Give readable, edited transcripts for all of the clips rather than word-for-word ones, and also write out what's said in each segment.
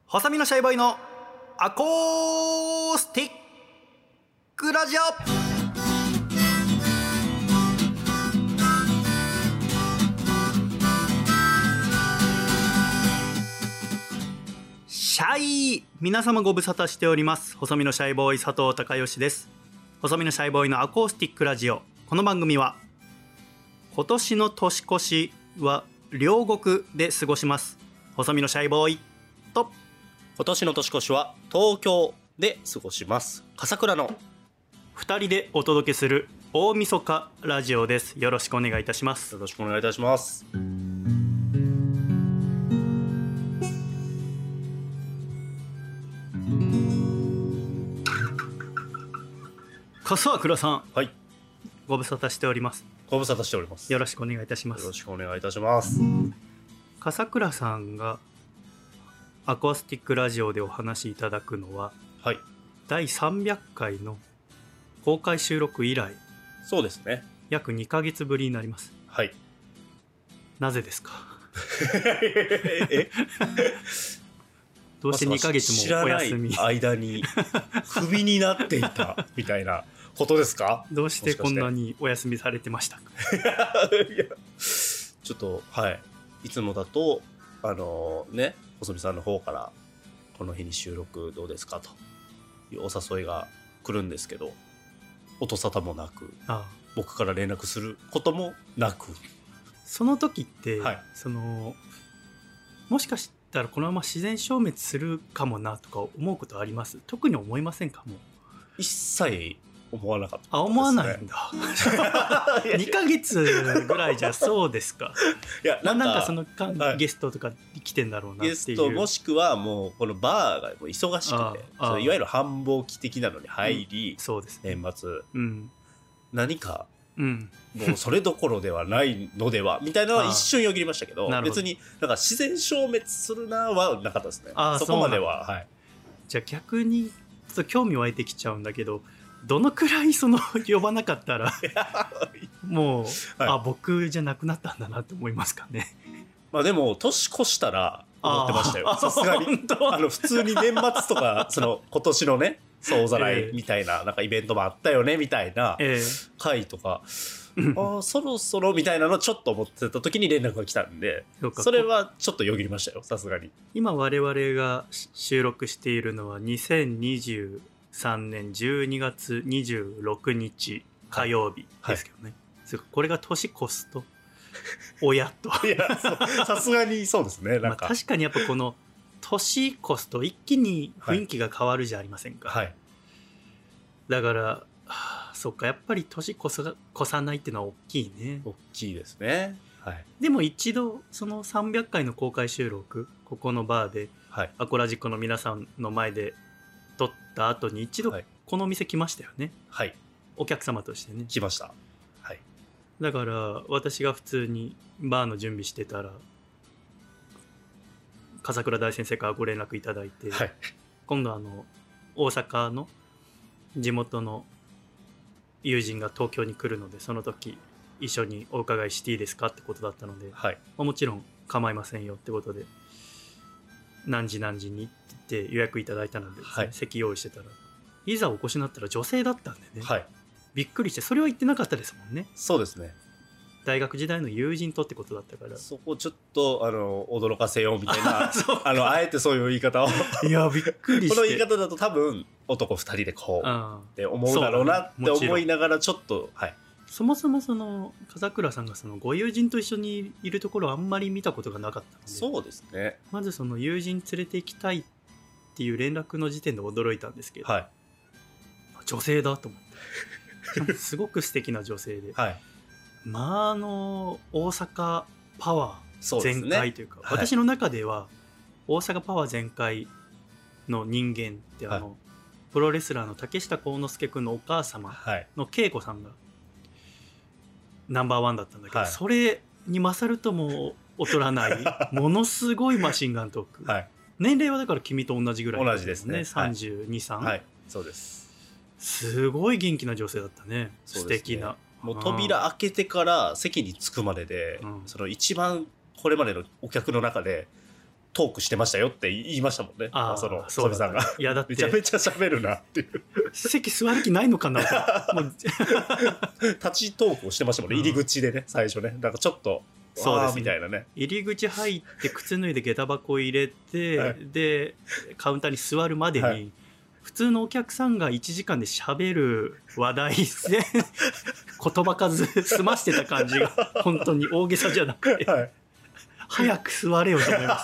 細身のシャイボーイのアコースティックラジオ。シャイ、皆様ご無沙汰しております。細身のシャイボーイ佐藤孝義です。細身のシャイボーイのアコースティックラジオ。この番組は今年の年越しは両国で過ごします細身のシャイボーイと、 今年の年越しは東京で過ごします笠倉の 2人でお届けする大晦日ラジオです。よろしくお願いいたします。 よろしくお願いいたします。 笠倉さん、 はい、 ご無沙汰しております。 ご無沙汰しております。 よろしくお願いいたします。 よろしくお願いいたします。 笠倉さんがアコースティックラジオでお話しいただくのは、 はい、 第300回の公開収録以来、 そうですね、 約2ヶ月ぶりになります。 はい。 なぜですか？どうして2ヶ月もお休み、 知らない間にクビになっていたみたいなことですか？ どうしてこんなにお休みされてましたか？ いや、ちょっと、はい、いつもだとね、細見さんの方からこの日に収録どうですかというお誘いが来るんですけど、音沙汰もなく、僕から連絡することもなく、 その時って、 はい、 もしかしたらこのまま自然消滅するかもなとか思うことあります？特に思いませんか？もう一切思わなかったですね。 思わないんだ。2ヶ月ぐらいじゃそうですか。 いや、なんかその間、はい、ゲストとか来てんだろうなっていう。 ゲストもしくはもうこのバーがもう忙しくて、いわゆる繁忙期的なのに入り、 そうですね、 年末、何か、もうそれどころではないのではみたいなのは一瞬よぎりましたけど、別になんか自然消滅するなはなかったですね。そこまでは。はい。 じゃあ逆にちょっと興味湧いてきちゃうんだけど、どのくらい呼ばなかったらもう、はい、僕じゃなくなったんだなって思いますかね。 まあでも年越したら思ってましたよ。さすがに普通に年末とか今年のね総ざらいみたいな、なんかイベントもあったよねみたいな回とか、そろそろみたいなのちょっと思ってた時に連絡が来たんで、それはちょっとよぎりましたよ、さすがに。 今我々が収録しているのは2023年12月26日火曜日ですけどね、はい、これが年越すとおやっといや、さすがにそうですね。なんか、 確かにやっぱこの年越すと一気に雰囲気が変わるじゃありませんか、はい、だからそっか、やっぱり年越さないっていうのは大きいね。 大きいですね、はい、 でも一度その300回の公開収録、ここのバーで、はい、アコラジックの皆さんの前で撮った後に一度このお店来ましたよね。はい、お客様としてね。 来ました。はい。 だから私が普通にバーの準備してたら、笠倉大先生からご連絡いただいて、はい、今度大阪の地元の友人が東京に来るので、その時一緒にお伺いしていいですかってことだったので、はい、もちろん構いませんよってことで、何時何時にって予約いただいたので、はい、席用意してたら、いざお越しになったら女性だったんでね、はい、びっくりして、それは言ってなかったですもんね。 そうですね。 大学時代の友人とってことだったから、 そこちょっと驚かせようみたいなあえてそういう言い方をいや、びっくりして、 この言い方だと多分男2人でこうって思うだろうなって思いながら、ちょっと、はい、 そもそも笠倉さんがご友人と一緒にいるところをあんまり見たことがなかったので、 そうですね。 まず友人連れて行きたいっていう連絡の時点で驚いたんですけど、はい、女性だと思ってすごく素敵な女性で、はい、まあ大阪パワー全開というか、私の中では大阪パワー全開の人間ってはい、プロレスラーの竹下幸之助君のお母様の恵子さんがナンバーワンだったんだけど、はい、それに勝るとも劣らないものすごいマシンガントーク、はい、年齢はだから君と同じぐらい、 同じですね。 32、3、 はい、そうです。 すごい元気な女性だったね。素敵な。 もう扉開けてから席に着くまでで、その一番これまでのお客の中でトークしてましたよって言いましたもんね。その曽根さんが。 いやだってめちゃめちゃ喋るなっていう。 席座る気ないのかなもう立ちトークをしてましたもんね、入り口でね、最初ね。なんかちょっと、そうですね、みたいなね。 入り口入って靴脱いで下駄箱入れて、はい、でカウンターに座るまでに、はい、普通のお客さんが1時間で喋る話題で言葉数済ましてた感じが本当に大げさじゃなくて、はい、早く座れよと思い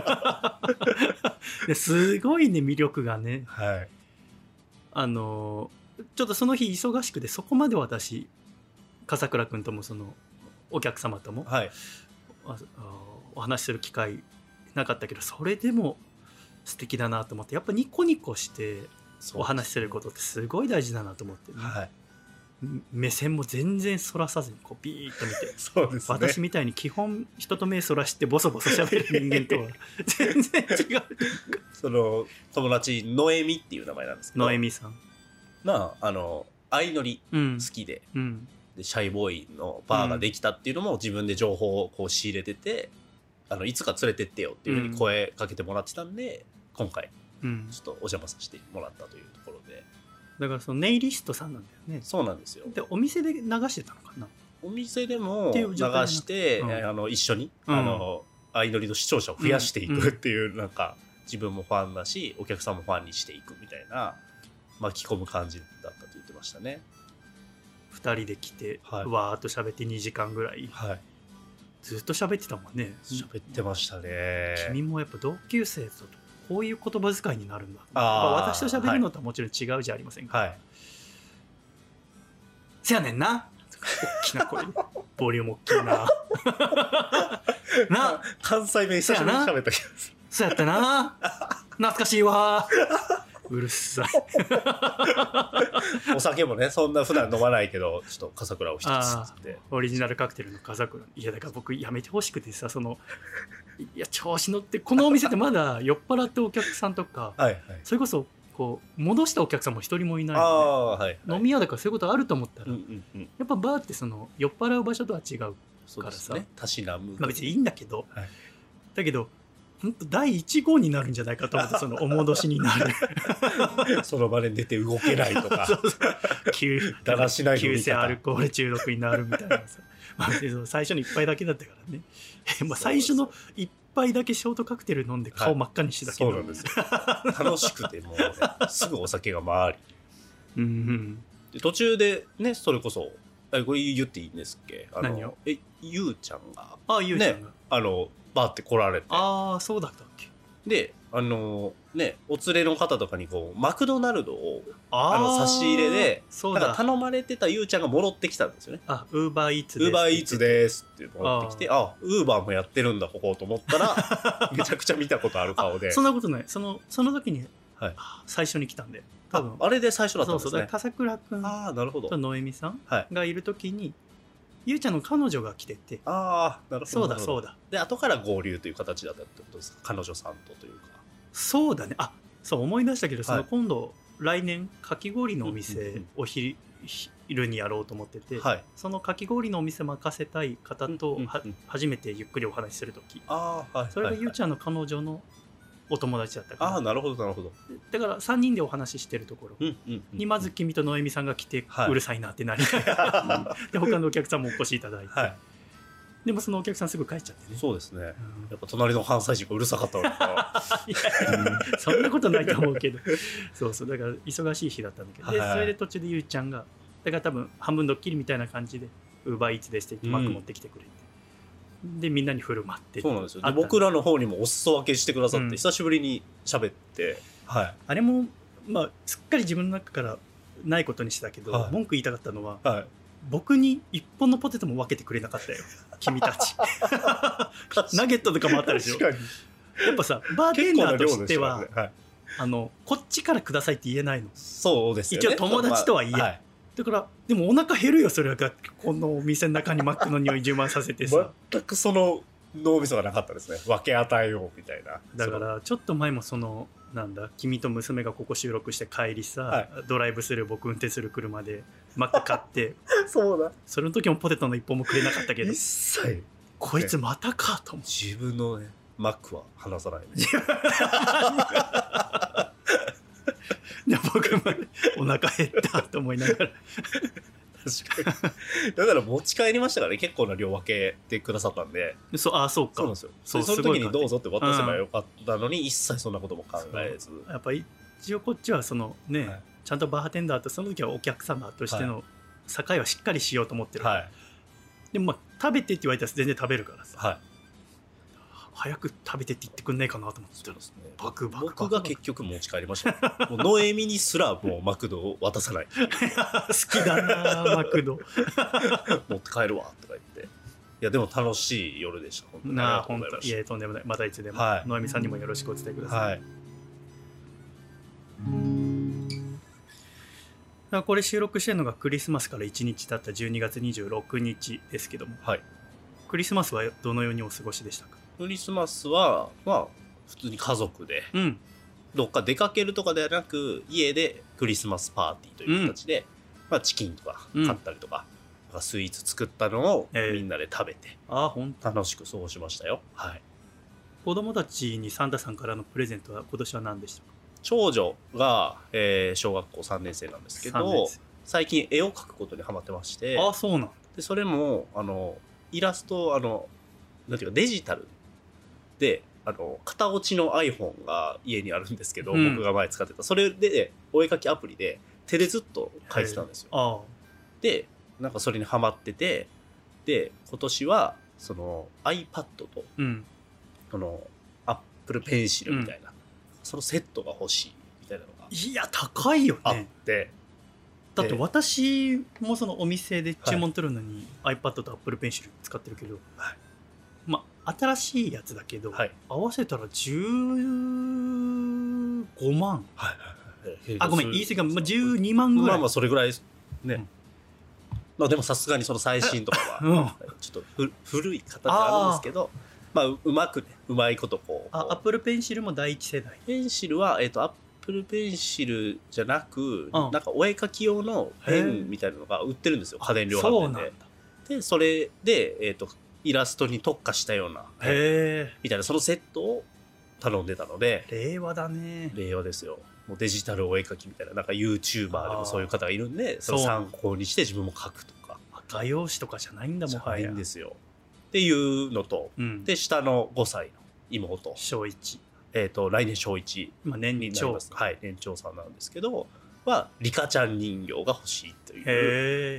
ますすごいね魅力がね、はい、ちょっとその日忙しくてそこまで私笠倉君ともそのお客様とも、はい、お話しする機会なかったけどそれでも素敵だなと思って、やっぱニコニコしてお話しすることってすごい大事だなと思って、ね、はい、目線も全然そらさずにこうビーッと見てそうです、ね、 私みたいに基本人と目そらしてボソボソ喋る人間とは全然違うその友達ノエミっていう名前なんですけど、 ノエミさん相乗り好きで、でシャイボーイのバーができたっていうのも自分で情報をこう仕入れてて、いつか連れてってよっていうふうに声かけてもらってたんで、今回ちょっとお邪魔させてもらったというところで、 だからそのネイリストさんなんだよね。 そうなんですよ。 でお店で流してたのかな。 お店でも流して、一緒に、相乗りの視聴者を増やしていくっていう、なんか自分もファンだしお客さんもファンにしていくみたいな巻き込む感じだったと言ってましたね。 2人で来て、わーっと喋って2時間ぐらい、はい、ずっと喋ってたもんね。 喋ってましたね。 君もやっぱ同級生とこういう言葉遣いになるんだ。私と喋るのとはもちろん違うじゃありませんか、はい、せやねんな大きな声でボリューム大きいなな関西弁久しぶりに喋った気がする。 そうやったな懐かしいわうるさいお酒もねそんな普段飲まないけどちょっと笠倉を一つってオリジナルカクテルの笠倉。いやだから僕やめてほしくてさ、いや調子乗ってこのお店ってまだ酔っ払ってお客さんとかはい、はい、それこそこう戻したお客さんも一人もいないので、はいはい、飲み屋だからそういうことあると思ったら、やっぱバーってその酔っ払う場所とは違うからさ、ね、 たしなむ、 まあ、別にいいんだけど、はい、だけど本当第1号になるんじゃないかと思ってそのお戻しになるその場で寝て動けないとか急性アルコール中毒になるみたいなさ、まあ、最初の1杯だけだったからねまあ最初の1杯だけショートカクテル飲んで顔真っ赤にしてたけど、 はい、そうなんですよ楽しくてもう、ね、すぐお酒が回りで途中でねそれこそこれ言っていいんですっけ、 何をゆうちゃんがゆうちゃんが、 ね、バーって来られて、 そうだったっけ。 でねお連れの方とかにこうマクドナルドを差し入れでなんか頼まれてたゆうちゃんが戻ってきたんですよね。 ウーバーイーツですって戻ってきて、ウーバーもやってるんだここと思ったらめちゃくちゃ見たことある顔でそんなことない。その時に、はい、最初に来たんで多分あれで最初だったんですね。 そう笠倉君とノエミさんがいる時に、ゆうちゃんの彼女が来てて、 なるほどそうだで後から合流という形だったってことですか。彼女さんというか。 そうだね。そう思い出したけど、その今度来年かき氷のお店を昼にやろうと思ってて、はい、そのかき氷のお店任せたい方と初めてゆっくりお話しする時、それがゆうちゃんの彼女のお友達だったから。 なるほどなるほど。 だから3人でお話ししてるところにまず君とノエミさんが来て、うるさいなってなりで他のお客さんもお越しいただいて、はい、でもそのお客さんすぐ帰っちゃってね。 そうですね、やっぱ隣の関西人がうるさかったのかそんなことないと思うけどそうだから忙しい日だったんだけど、でそれで途中でゆうちゃんがだから多分半分ドッキリみたいな感じでウーバーイーツですって言ってマック持ってきてくれて、でみんなに振る舞って。 そうなんですよ。で僕らの方にもお裾分けしてくださって、久しぶりに喋って、はい、 あれもまあすっかり自分の中からないことにしてたけど、文句言いたかったのは、僕に一本のポテトも分けてくれなかったよ君たちナゲットとかもあったでしょ。やっぱさバーテンダーとしては、こっちからくださいって言えないの。 そうですよね。 一応友達とはいえ、だからでもお腹減るよそれは。このお店の中にマックの匂い充満させてさ全くその脳みそがなかったですね。分け与えようみたいな。 だからちょっと前もなんだ君と娘がここ収録して帰りさ、ドライブスルー僕運転する車でマック買ってそうだ、 それの時もポテトの一本もくれなかったけど、 一切こいつまたかと思う。 自分のねマックは離さないね。 で僕もお腹減ったと思いながら確かに。だから持ち帰りましたからね。結構な量分けてくださったんで。 そうか。 そうなんですよ。その時にどうぞって渡せばよかったのに、一切そんなことも考えず。 やっぱ一応こっちはそのね、はい、ちゃんとバーテンダーとその時はお客様としての境はしっかりしようと思ってる、はい、でもまあ食べてって言われたら全然食べるからさ、はい、早く食べてって言ってくんないかなと思ってたら、ね、僕が結局持ち帰りました、ね、もうノエミにすらもうマクドを渡さない。 好きだなマクド持って帰るわとか言って、いやでも楽しい夜でした。 本当にありがとうございました。いやとんでもない。またいつでも、はい、ノエミさんにもよろしくお伝えください、はい。これ収録してるのがクリスマスから1日経った12月26日ですけども、はい、クリスマスはどのようにお過ごしでしたか？ クリスマスはまあ普通に家族で、うん、どっか出かけるとかではなく家でクリスマスパーティーという形で、まあ、チキンとか買ったりとか、スイーツ作ったのをみんなで食べて、楽しく過ごしましたよ、はい。 子供たちにサンタさんからのプレゼントは今年は何でしたか？ 長女が、小学校3年生なんですけど、最近絵を描くことにハマってまして、 そうなんでそれもイラストなんていうかデジタルで片落ちの iPhone が家にあるんですけど、僕が前使ってたそれでお絵描きアプリで手でずっと描いてたんですよ。でなんかそれにハマってて、で今年はその iPad と、Apple Pencil みたいな、そのセットが欲しいみたいなのがいや高いよね。 あって、 だって私もそのお店で注文取るのに iPad と Apple Pencil 使ってるけど、はい、まあ新しいやつだけど、はい、合わせたら15万、はいはいはい、ごめん言い過ぎが、12万ぐらい。 まあそれぐらいね、まあでもさすがにその最新とかはちょっと古い形あるんですけど、まあうまいことこう。 アップルペンシルも第一世代。 ペンシルはアップルペンシルじゃなく、なんかお絵描き用のペンみたいなのが売ってるんですよ、家電量販店で。でそれでイラストに特化したようなみたいなそのセットを頼んでたので。 令和だね。 令和ですよ。もうデジタルお絵描きみたいな、なんか YouTuber でもそういう方がいるんで、その参考にして自分も描くとか。 画用紙とかじゃないんだもん。 はい、んですよ。っていうのと、で下の5歳の妹、 小1、 来年小1になります。はい、年長さんなんですけどはリカちゃん人形が欲しいという。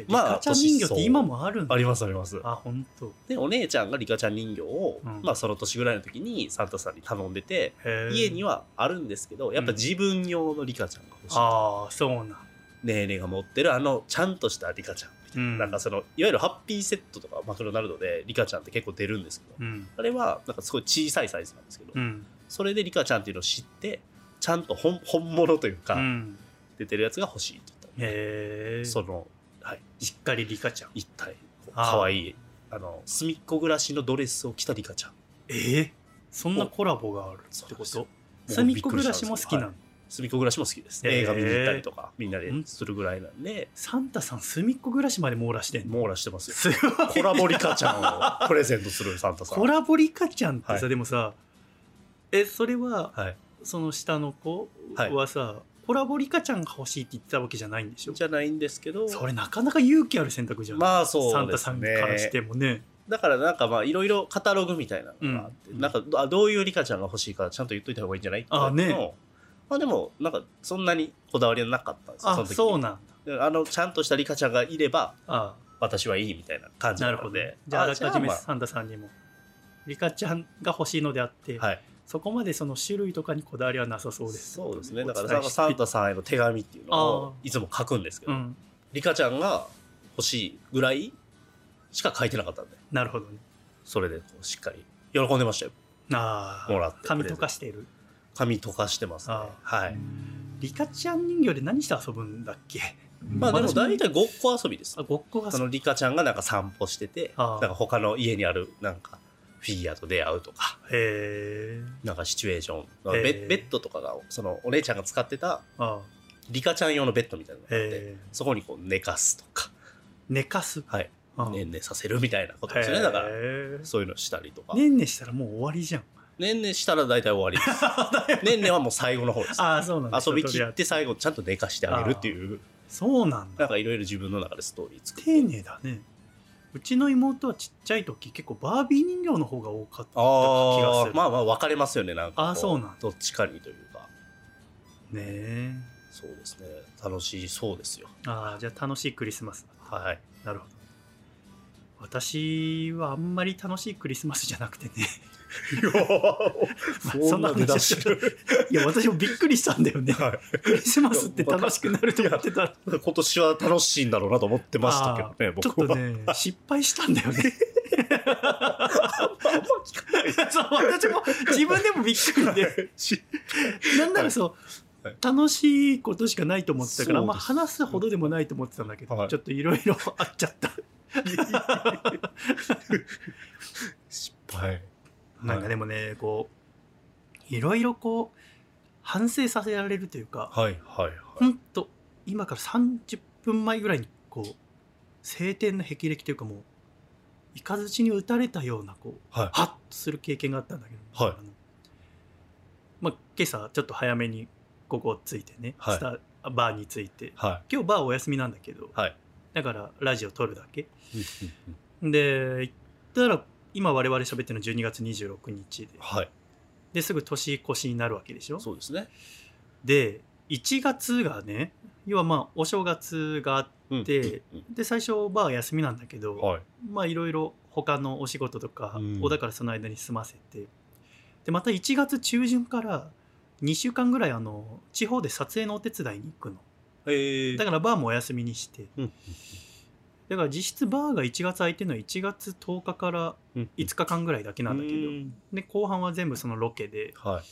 リカちゃん人形って今もあるんだ。 ありますあります。 本当。 でお姉ちゃんがリカちゃん人形を、まあその年ぐらいの時にサンタさんに頼んでて、家にはあるんですけど、やっぱ自分用のリカちゃんが欲しい。 そうなん。 ねえねえが持ってるちゃんとしたリカちゃん。なんかそのいわゆるハッピーセットとかマクドナルドでリカちゃんって結構出るんですけど、あれはなんかすごい小さいサイズなんですけど、それでリカちゃんっていうのを知ってちゃんと本物というか、出てるやつが欲しいって言ったその、はい、 しっかりリカちゃん一体かわいい隅っこ暮らしのドレスを着たリカちゃん。 そんなコラボがあるってこと？隅っこ暮らしも好きなの？ 隅っこ暮らしも好きです。映画見に行ったりとかみんなでするぐらいなんで。 サンタさん隅っこ暮らしまで網羅してんの？ 網羅してますよ。コラボリカちゃんをプレゼントするサンタさん。 コラボリカちゃんってさ、でもさそれは、その下の子はさ、コラボリカちゃんが欲しいって言ってたわけじゃないんでしょ？ じゃないんですけど、 それなかなか勇気ある選択じゃん。 まあそうですね。サンタさんからしてもね。 だからなんかまあいろいろカタログみたいなのがあって、なんかどういうリカちゃんが欲しいかちゃんと言っといた方がいいんじゃないっていうの。まあでもなんかそんなにこだわりはなかったんですよ。その時。 そうなんだ。 ちゃんとしたリカちゃんがいれば私はいいみたいな感じなので。 じゃああらかじめサンタさんにもリカちゃんが欲しいのであって、そこまでその種類とかにこだわりはなさそうです。 そうですね。だからサンタさんへの手紙っていうのをいつも書くんですけど、リカちゃんが欲しいぐらいしか書いてなかったんで。 なるほどね。 それでこうしっかり喜んでましたよ。もらって紙溶かしている。 紙溶かしてますね。はい。 リカちゃん人形で何して遊ぶんだっけ？ まあでも大体ごっこ遊びです。 ごっこ遊び。 そのリカちゃんがなんか散歩してて、なんか他の家にあるなんかフィギュアと出会うとか、なんかシチュエーション、ベッドとかがそのお姉ちゃんが使ってたリカちゃん用のベッドみたいなのがあって、そこにこう寝かすとか。 寝かす？ はい。ねんねさせるみたいなことですよね。だからそういうのしたりとか。 ねんねしたらもう終わりじゃん。 ねんねしたら大体終わりですねんねはもう最後の方です。 ああ、そうなんです。 遊び切って最後ちゃんと寝かしてあげるっていう。 そうなんだ。 なんかいろいろ自分の中でストーリー作って。 丁寧だね。うちの妹はちっちゃい時結構バービー人形の方が多かった気がする。 まあまあ分かれますよね、なんか。 あ、そうなん。 どっちかにというか。 ねえ。 そうですね。楽しそうですよ。 ああ、じゃあ楽しいクリスマス。 はい。 なるほど。私はあんまり楽しいクリスマスじゃなくてね。 そんな出だし。 いや、私もびっくりしたんだよね。はい、クリスマスって楽しくなると思ってたら。 今年は楽しいんだろうなと思ってましたけどね、僕は。 ちょっとね、失敗したんだよね。そう、私も自分でもびっくりで。なんならそう、楽しいことしかないと思ってたから、あんま話すほどでもないと思ってたんだけど、はい、ちょっといろいろあっちゃった。 失敗。 なんかでもね、こういろいろこう反省させられるというか、 はいはいはい、 ほんと今から30分前ぐらいにこう晴天の霹靂というかもう雷に打たれたようなこう、はい、ハッとする経験があったんだけど、はい、まあ、今朝ちょっと早めにここ着いてね、はい、バーに着いて、はい、今日バーお休みなんだけど、はい、だからラジオ撮るだけで行ったら今我々喋ってるの12月26日で、はい、ですぐ年越しになるわけでしょ。 そうですね。 で1月がね、要はまあお正月があって、で最初バー休みなんだけど、はい、まあいろいろ他のお仕事とかをだからその間に済ませて、でまた1月中旬から2週間ぐらい地方で撮影のお手伝いに行くの。だからバーもお休みにして、だから実質バーが1月空いてるのは1月10日から5日間ぐらいだけなんだけど、で後半は全部そのロケで、はい、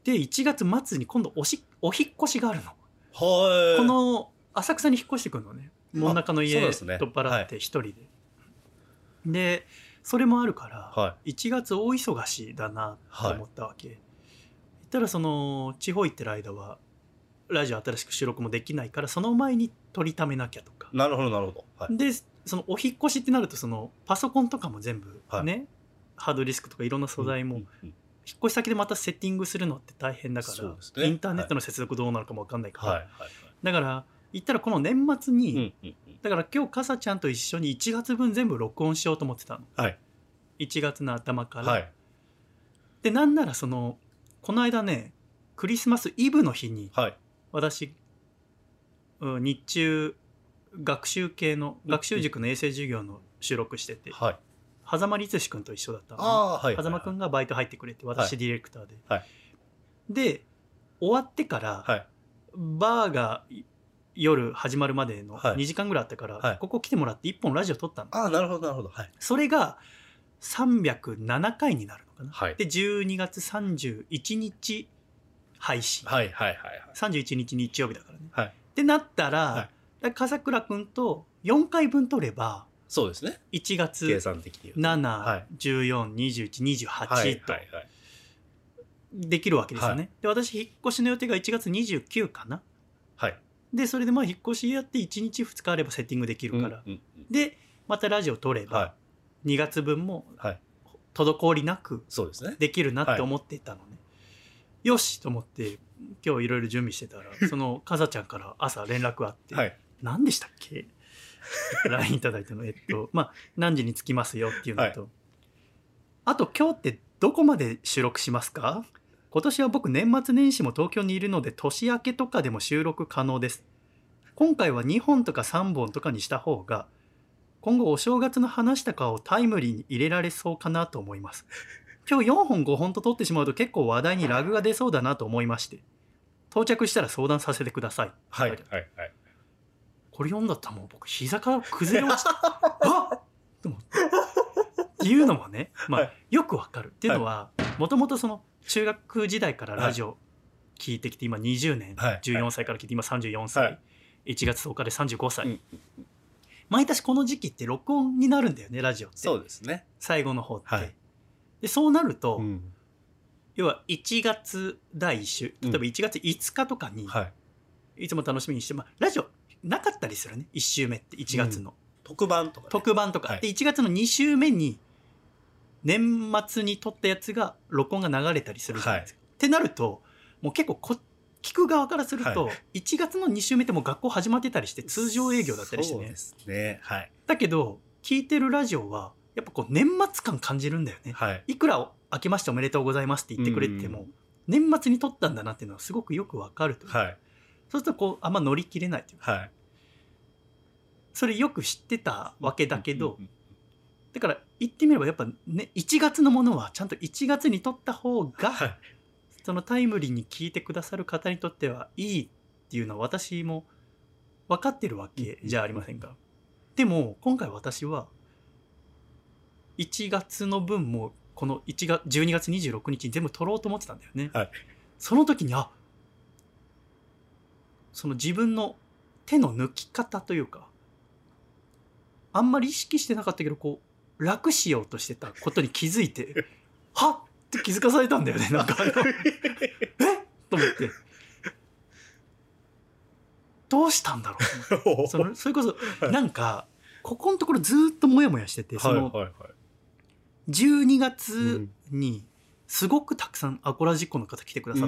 で1月末に今度お引っ越しがあるの。はい、この浅草に引っ越してくるのね。真ん中の家取っ払って一人で、でそれもあるから、はい、1月大忙しだなと思ったわけ、はい、言ったらその地方行ってる間はラジオ新しく収録もできないからその前に取りためなきゃとか。 なるほどなるほど、はい、 でそのお引っ越しってなるとそのパソコンとかも全部ね、はい、ハードディスクとかいろんな素材も、引っ越し先でまたセッティングするのって大変だから、ね、インターネットの接続どうなるかも分かんないから、はいはいはい、だから言ったらこの年末に、だから今日かさちゃんと一緒に1月分全部録音しようと思ってたの、はい、1月の頭から、はい、でなんならそのこの間ねクリスマスイブの日に、はい、私日中学習系の学習塾の衛星授業の収録してて、はい、狭間律志君と一緒だったの、ね、狭間君がバイト入ってくれて私ディレクターで、はい、で終わってから、はい、バーが夜始まるまでの2時間ぐらいあったから、はい、ここ来てもらって1本ラジオ撮ったの。 ああなるほどなるほど、はい、 それが307回になるのかな、はい、で12月31日配信、はいはいはいはい、31日日曜日だからね、はい、ってなったら、はい、笠倉くんと4回分取ればそうですね 1月計算的に 7、はい、14、21、28とできるわけですよね、はい、で私引っ越しの予定が1月29かな、はい、でそれでまあ引っ越しやって1日2日あればセッティングできるから、うんうんうん、でまたラジオ取れば2月分も滞りなくできるなって思ってたのね、はい、よしと思って今日いろいろ準備してたらそのかさちゃんから朝連絡あって、はい、何でしたっけLINE いただいたのまあ何時に着きますよっていうのと、はい、あと今日ってどこまで収録しますか？今年は僕年末年始も東京にいるので年明けとかでも収録可能です。今回は2本とか3本とかにした方が今後お正月の話したかをタイムリーに入れられそうかなと思います。今日4本5本と撮ってしまうと結構話題にラグが出そうだなと思いまして、到着したら相談させてください。はいはいはい。これ読んだったらもう僕膝から崩れ落ちた。あっと思って。っていうのもね、まあ、はい、よくわかるっていうのは、もともとその中学時代からラジオ聞いてきて今20年、はい、14歳から聞いて今34歳、はい、1月10日で35歳、うん、毎年この時期って録音になるんだよねラジオって。 そうですね、 最後の方って、はい、でそうなると、うん、要は1月第1週例えば1月5日とかに、うんはい、いつも楽しみにして、まあ、ラジオなかったりするね1週目って1月の、 うん、特番とか、ね、 特番とか、はい、で1月の2週目に年末に撮ったやつが録音が流れたりするじゃないですか、ってなるともう結構聞く側からすると、1月の2週目ってもう学校始まってたりして通常営業だったりしてね。 そうですね。はい。 だけど聞いてるラジオはやっぱこう年末感感じるんだよね。いくら明けましておめでとうございますって言ってくれても、年末に撮ったんだなっていうのはすごくよくわかるという。そうするとこうあんま乗り切れないというか、それよく知ってたわけだけど、だから言ってみればやっぱね、1月のものはちゃんと1月に撮った方が、そのタイムリーに聞いてくださる方にとってはいいっていうのは私も分かってるわけじゃありませんか。でも今回私は1月の分もこの12月26日に全部撮ろうと思ってたんだよね。その時にその自分の手の抜き方というか、あんまり意識してなかったけどこう楽しようとしてたことに気づいてはっって気づかされたんだよね。なんかえと思ってどうしたんだろうそれこそなんかここのところずっとモヤモヤしてて、その12月にすごくたくさんアコラジックの方来てくださって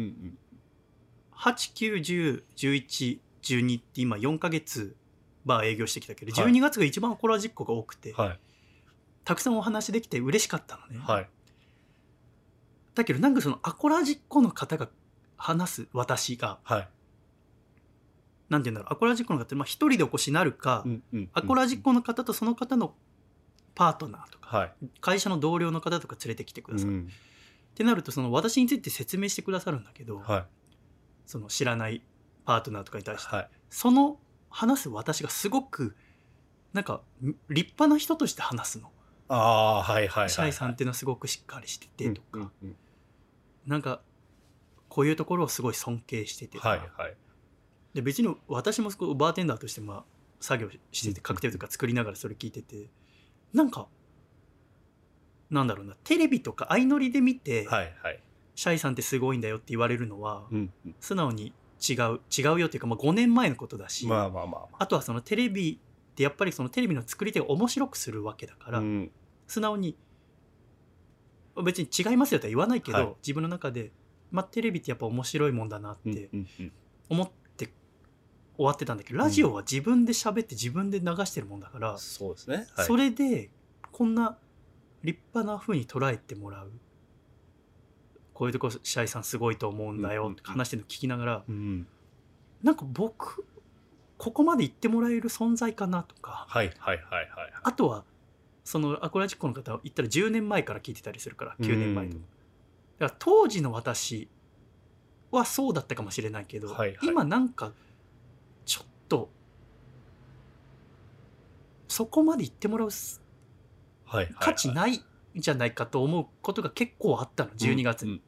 、8、9、10、11、12って今4ヶ月バー営業してきたけど、12月が一番アコラジックが多くて、たくさんお話できて嬉しかったのね。だけどなんかそのアコラジックの方が話す私が、なんていうんだろう、アコラジックの方って一人でお越しになるか、アコラジックの方とその方のパートナーとか、会社の同僚の方とか連れてきてくださる、ってなるとその私について説明してくださるんだけど、その知らないパートナーとかに対して、その話す私がすごくなんか立派な人として話すの。シャイさんっていうのはすごくしっかりしててとか、なんかこういうところをすごい尊敬しててとか、で別に私もバーテンダーとして作業しててカクテルとか作りながらそれ聞いてて、なんかなんだろうな、テレビとか相乗りで見て、シャイさんってすごいんだよって言われるのは、素直に違うよっていうか、5年前のことだし、あとはそのテレビってやっぱりそのテレビの作り手を面白くするわけだから、素直に別に違いますよとは言わないけど、自分の中で、テレビってやっぱ面白いもんだなって思って終わってたんだけど、ラジオは自分で喋って自分で流してるもんだから、 そうですね。 それでこんな立派な風に捉えてもらう、こういうとこシャイさんすごいと思うんだよって話してるの聞きながら、なんか僕ここまで言ってもらえる存在かなとか、あとはそのアコラジックの方は言ったら10年前から聞いてたりするから、9年前とか、だから当時の私はそうだったかもしれないけど、今なんかちょっとそこまで言ってもらう価値ないんじゃないかと思うことが結構あったの、12月に。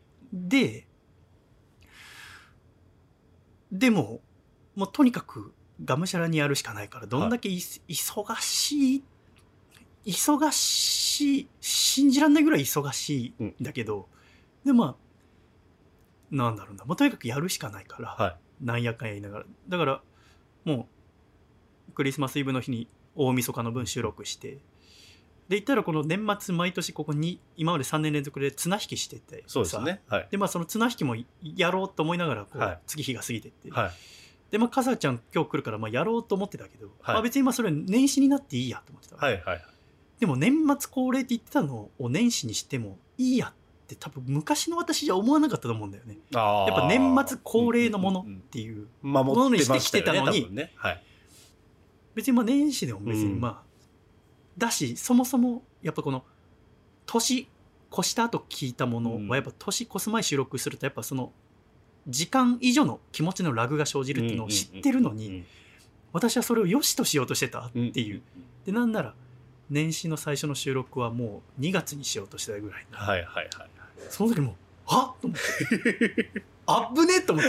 でももうとにかくがむしゃらにやるしかないから、どんだけ忙しい信じらんないぐらい忙しいんだけど、でなんだろうな、とにかくやるしかないから、なんやかんや言いながら、だからもうクリスマスイブの日に大晦日の分収録して、で言ったらこの年末毎年ここに今まで3年連続で綱引きしてて、 そうですね。 でその綱引きもやろうと思いながら月日が過ぎてって、でかさちゃん今日来るからやろうと思ってたけど、別にそれ年始になっていいやと思ってた。でも年末恒例って言ってたのを年始にしてもいいやって多分昔の私じゃ思わなかったと思うんだよね。やっぱ年末恒例のものっていうものにしてきてたのに、別に年始でも別にだし、そもそもやっぱこの年越した後聞いたものはやっぱ年越す前収録するとやっぱその時間以上の気持ちのラグが生じるっていうのを知ってるのに、私はそれを良しとしようとしてたっていう。でなんなら年始の最初の収録はもう2月にしようとしてたぐらい、その時もはっと思ってあっぶねと思って、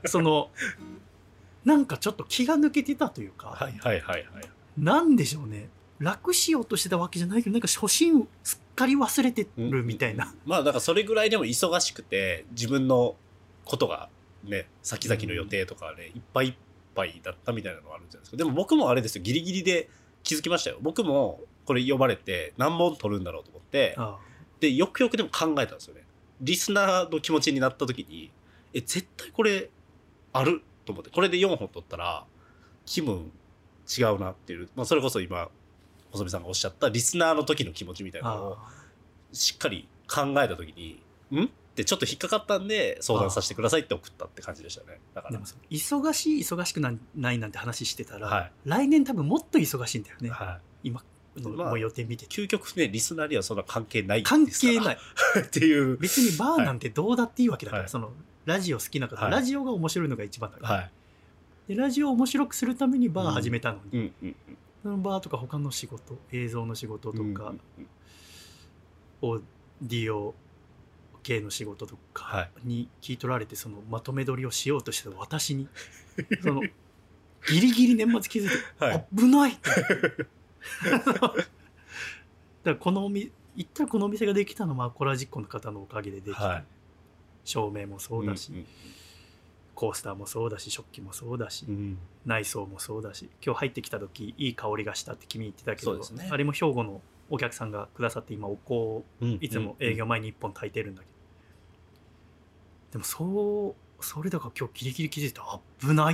なんかちょっと気が抜けてたというか、なんでしょうね、楽しようとしてたわけじゃないけど、なんか初心をすっかり忘れてるみたいな、 だからそれぐらいでも忙しくて自分のことがね、先々の予定とかね、いっぱいいっぱいだったみたいなのがあるんじゃないですか。でも僕もあれですよ、ギリギリで気づきましたよ。僕もこれ呼ばれて何本撮るんだろうと思って、でよくよくでも考えたんですよね。リスナーの気持ちになった時に絶対これあると思って、これで4本撮ったら気分違うなっていう、それこそ今細見さんがおっしゃったリスナーの時の気持ちみたいなのをしっかり考えた時にってちょっと引っかかったんで相談させてくださいって送ったって感じでしたね。だからでも忙しくないなんて話してたら、来年多分もっと忙しいんだよね、今の予定見て。 究極ね、リスナーにはそんな関係ない関係ないっていう。 別にバーなんてどうだっていいわけだから、そのラジオ好きな方、ラジオが面白いのが一番だから、でラジオを面白くするためにバー始めたのに、そのバーとか他の仕事、映像の仕事とか、オーディオ系の仕事とかに聞い取られて、そのまとめ撮りをしようとしてた私にそのギリギリ年末気づいて、危ないってだからこの言ったらこのお店ができたのはコラジッコの方のおかげでできた、照明もそうだし、コースターもそうだし、食器もそうだし、内装もそうだし、今日入ってきた時いい香りがしたって君言ってたけど、あれも兵庫のお客さんがくださって、今お香をいつも営業前に1本焚いてるんだけど、でもそれだから今日ギリギリ気づいて危ない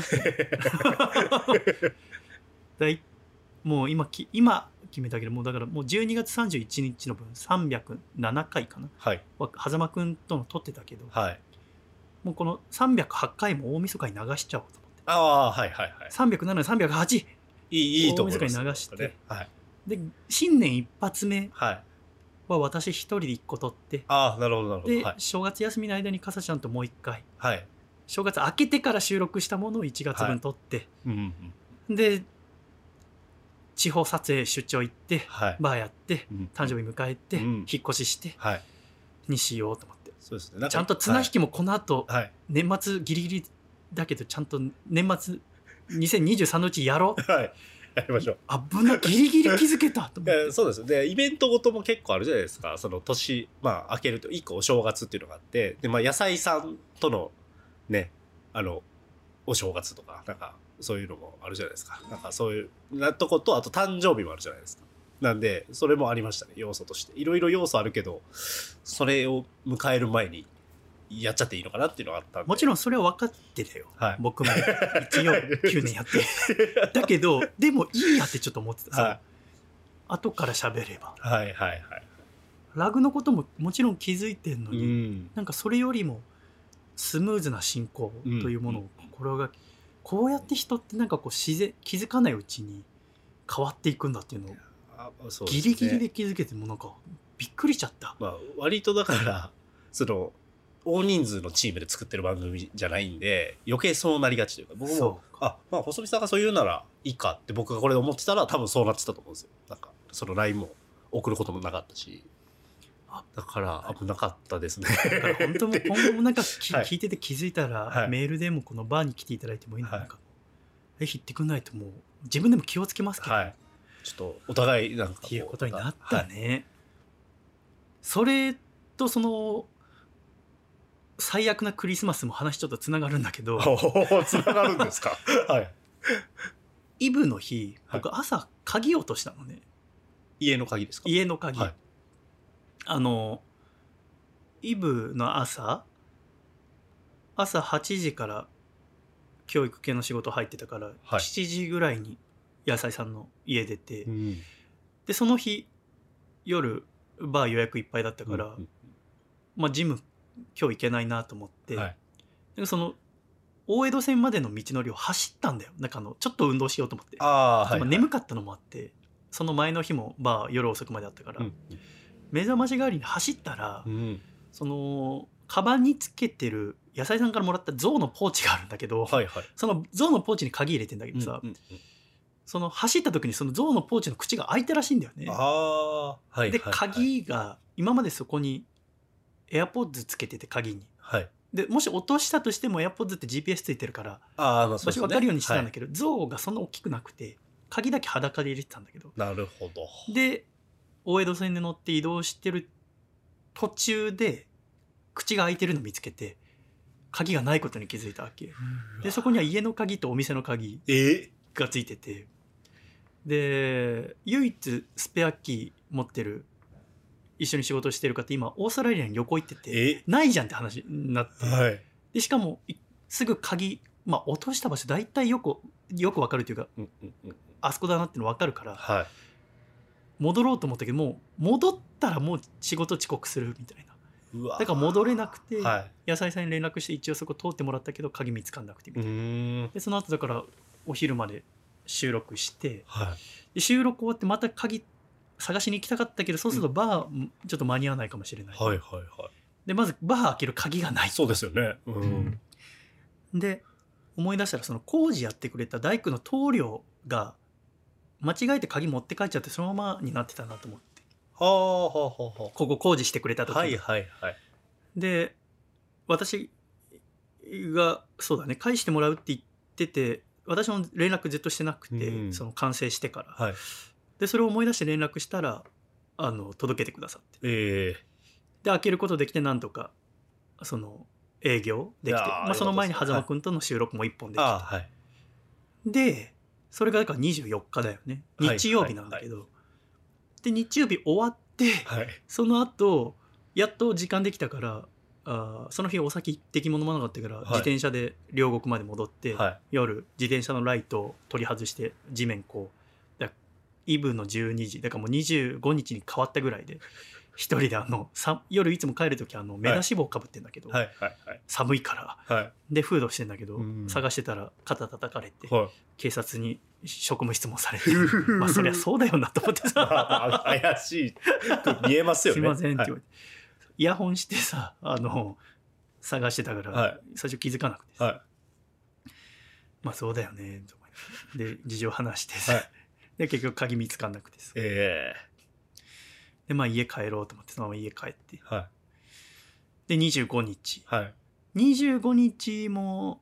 もう今決めたけど、もうだからもう12月31日の分307回かな、狭間くんとの撮ってたけど、もうこの308回も大晦日に流しちゃおうと思って、307、308 いいと思います。 大晦日に流して、で新年一発目は私一人で1個撮って、 なるほどなるほど。 で正月休みの間にかさちゃんともう1回、正月明けてから収録したものを1月分撮って、で地方撮影出張行って、バーやって、誕生日迎えて、引っ越しして、にしようと思って。 そうですね、 ちゃんと綱引きもこの後、年末ギリギリだけどちゃんと年末2023のうちやろう。 やりましょう。 危な、ギリギリ気づけたと思って。 そうですで、イベントごとも結構あるじゃないですか。その年明けると1個お正月っていうのがあって、で野菜さんとのねお正月とかなんかそういうのもあるじゃないですか。なんかそういうとこと、あと誕生日もあるじゃないですか。なんでそれもありましたね、要素として。いろいろ要素あるけど、それを迎える前にやっちゃっていいのかなっていうのがあったんで。 もちろんそれは分かってたよ、僕も一応9年やってだけどでもいいやってちょっと思ってた、後から喋れば、ラグのことももちろん気づいてんのに、なんかそれよりもスムーズな進行というものを心がけ、こうやって人ってなんかこう自然気づかないうちに変わっていくんだっていうのをギリギリで気づけて、もなんかびっくりしちゃった。 割とだからその大人数のチームで作ってる番組じゃないんで余計そうなりがちというか、僕も細見さんがそう言うならいいかって僕がこれで思ってたら多分そうなってたと思うんですよ。なんかその LINE も送ることもなかったし、だから危なかったですね。 だから本当も今後もなんか聞いてて気づいたら、メールでもこのバーに来ていただいてもいいのかな、ぜひ言ってくんないともう自分でも気をつけますけど、 ちょっとお互いなんかっていうことになったね。それとその最悪なクリスマスも話ちょっとつながるんだけどつながるんですかイブの日、僕朝鍵落としたのね。 家の鍵ですか？ 家の鍵、イブの朝8時から教育系の仕事入ってたから、7時ぐらいに野菜さんの家出て、でその日夜バー予約いっぱいだったから、ジム今日行けないなと思って、でその大江戸線までの道のりを走ったんだよ。なんかちょっと運動しようと思って、眠かったのもあって、その前の日もバー夜遅くまであったから、目覚まし代わりに走ったら、そのカバンにつけてる野菜さんからもらった象のポーチがあるんだけど、その象のポーチに鍵入れてんだけどさ、その走った時にその象のポーチの口が開いたらしいんだよね。で鍵が今までそこにAirPods つけてて鍵に、でもし落としたとしても AirPods って GPS ついてるから場所分かるようにしてたんだけど、象がそんな大きくなくて鍵だけ裸で入れてたんだけど、 なるほど。 で大江戸線で乗って移動してる途中で口が開いてるの見つけて鍵がないことに気づいたわけで、そこには家の鍵とお店の鍵がついてて、 で唯一スペアキー持ってる一緒に仕事してる方今オーストラリアに旅行行っててないじゃんって話になって、 はい、 でしかもすぐ鍵、落とした場所大体よく分かるというか、あそこだなっての分かるから、 はい、 戻ろうと思ったけどもう戻ったらもう仕事遅刻するみたいな。だから戻れなくて、野菜さんに連絡して一応そこ通ってもらったけど鍵見つかんなくてみたいな。でその後だからお昼まで収録して、で収録終わってまた鍵探しに行きたかったけどそうするとバーちょっと間に合わないかもしれない、でまずバー開ける鍵がない。 そうですよね、 で思い出したらその工事やってくれた大工の棟梁が間違えて鍵持って帰っちゃってそのままになってたなと思って、ここ工事してくれた時に、で私がそうだね返してもらうって言ってて私も連絡ずっとしてなくて、その完成してから、でそれを思い出して連絡したら届けてくださって、で開けることできてなんとかその営業できて、その前に狭間くんとの収録も1本できて、でそれがだから24日だよね、日曜日なんだけど、で日曜日終わって、その後やっと時間できたからその日お酒一滴も飲まなかったから、自転車で両国まで戻って、夜自転車のライトを取り外して地面こうイブの12時だからもう25日に変わったぐらいで一人で夜いつも帰る時目出し帽かぶってんだけど、寒いから、でフードしてんだけど、探してたら肩叩かれて、警察に職務質問されてそりゃそうだよなと思ってさ怪しい見えますよねすいませんって言われて、イヤホンしてさ探してたから、最初気づかなくてさ、そうだよねと思ってで事情話してさ、で結局鍵見つかんなくてさ、で家帰ろうと思ってそのまま家帰って、で25日、25日も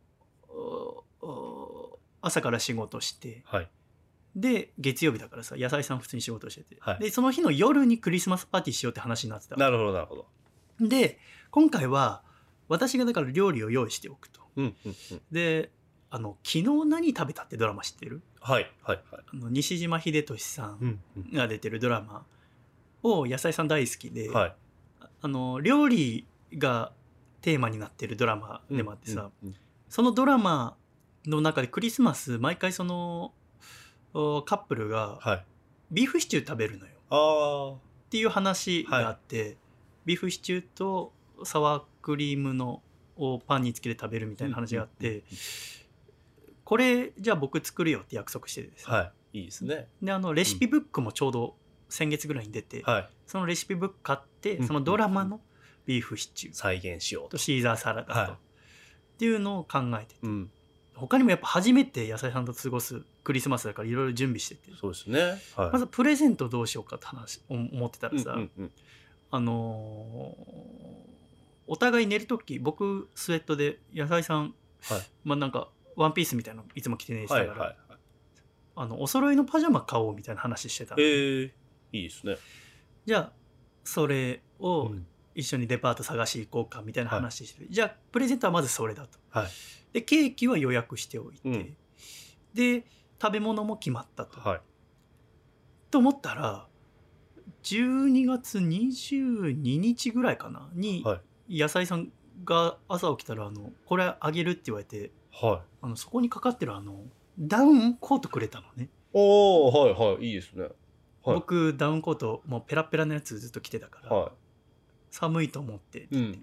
朝から仕事して、で月曜日だからさ野菜さん普通に仕事してて、でその日の夜にクリスマスパーティーしようって話になってた。 なるほどなるほど。 で今回は私がだから料理を用意しておくと、で昨日何食べたってドラマ知ってる？西島秀俊さんが出てるドラマを野菜さん大好きで、料理がテーマになってるドラマでもあってさ、そのドラマの中でクリスマス毎回そのカップルがビーフシチュー食べるのよ、っていう話があって、ビーフシチューとサワークリームのをパンにつけて食べるみたいな話があって、これじゃあ僕作るよって約束してですね、 いいですね。 でレシピブックもちょうど先月ぐらいに出て、そのレシピブック買って、そのドラマのビーフシチュー再現しようとシーザーサラダと、っていうのを考えてて、他にもやっぱ初めて野菜さんと過ごすクリスマスだからいろいろ準備してて、 そうですね、 まずプレゼントどうしようかって話思ってたらさ、お互い寝るとき僕スウェットで野菜さん、なんかワンピースみたいなのいつも着て寝てたから、お揃いのパジャマ買おうみたいな話してたの、 いいですね。 じゃあそれを一緒にデパート探し行こうかみたいな話して、じゃあプレゼントはまずそれだと、でケーキは予約しておいて、で食べ物も決まったと、と思ったら12月22日ぐらいかなに、野菜さんが朝起きたらこれあげるって言われて、そこにかかってるダウンコートくれたのね。 いいですね。 僕ダウンコートもうペラペラのやつずっと着てたから、寒いと思ってって言って、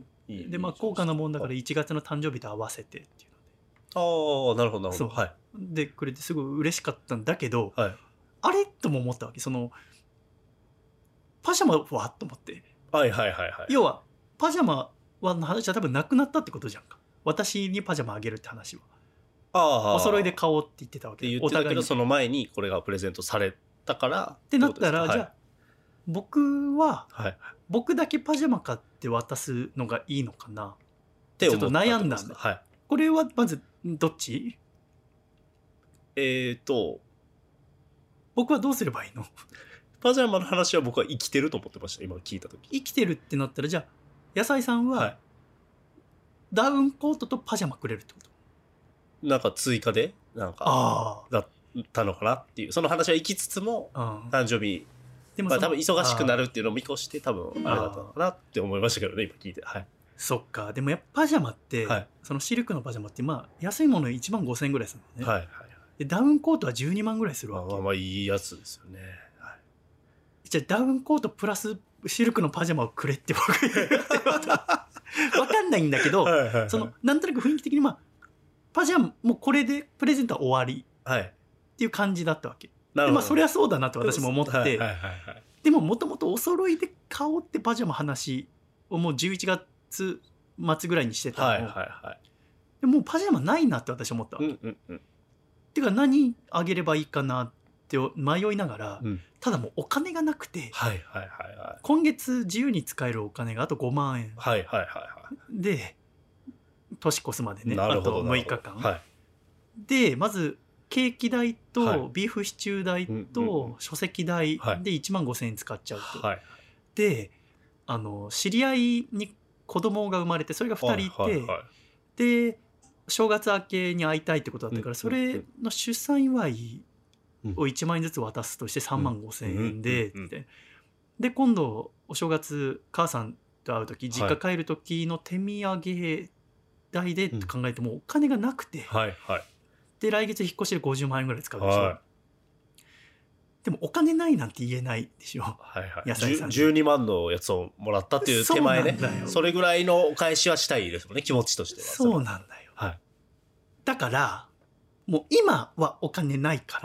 で高価なもんだから1月の誕生日と合わせてっていうので、なるほどなるほど、 でくれてすごい嬉しかったんだけど、あれとも思ったわけ、そのパジャマはと思って、要はパジャマはの話は多分なくなったってことじゃんか、私にパジャマあげるって話は。お揃いで買おうって言ってたわけ。 お互いにその前にこれがプレゼントされたからってなったら、じゃあ僕は、僕だけパジャマ買って渡すのがいいのかなってちょっと悩んだんだ。これはまずどっち？僕はどうすればいいの？ パジャマの話は僕は生きてると思ってました、今聞いた時。 生きてるってなったら、じゃあ野菜さんはダウンコートとパジャマくれるってこと？ なんか追加でなんかだったのかなっていう、その話は行きつつも、誕生日、 でもまあ多分忙しくなるっていうのを見越して多分あれだったのかなって思いましたけどね、今聞いて。はい。 そっか。でもやっぱパジャマって、 はい、 そのシルクのパジャマってまあ安いもの1万5千円ぐらいするのね。 はいはい。 でダウンコートは12万ぐらいするわけ。 まあいいやつですよね。はい、 じゃあダウンコートプラスシルクのパジャマをくれって僕言ってわかんないんだけど、そのなんとなく雰囲気的にまあパジャマもうこれでプレゼントは終わりっていう感じだったわけ。でまあそりゃそうだなって私も思って、でももともとお揃いで買おうってパジャマ話をもう11月末ぐらいにしてたの、でもうパジャマないなって私思ったわけ。てか何あげればいいかなって迷いながら、ただもうお金がなくて、今月自由に使えるお金があと5万円、で年越すまでね、あと6日間、でまずケーキ代とビーフシチュー代と書籍代で1万5千円使っちゃうと、で知り合いに子供が生まれてそれが2人いて、で正月明けに会いたいってことだったから、それの出産祝いを1万円ずつ渡すとして3万5千円で、で今度お正月母さんと会う時実家帰る時の手土産代でって考えてもお金がなくて、で来月引っ越しで50万円ぐらい使うでしょ、でもお金ないなんて言えないでしょ、 野菜さん12万のやつをもらったっていう手前ね、それぐらいのお返しはしたいですもんね、気持ちとしては。 そうなんだよ、だからもう今はお金ないから、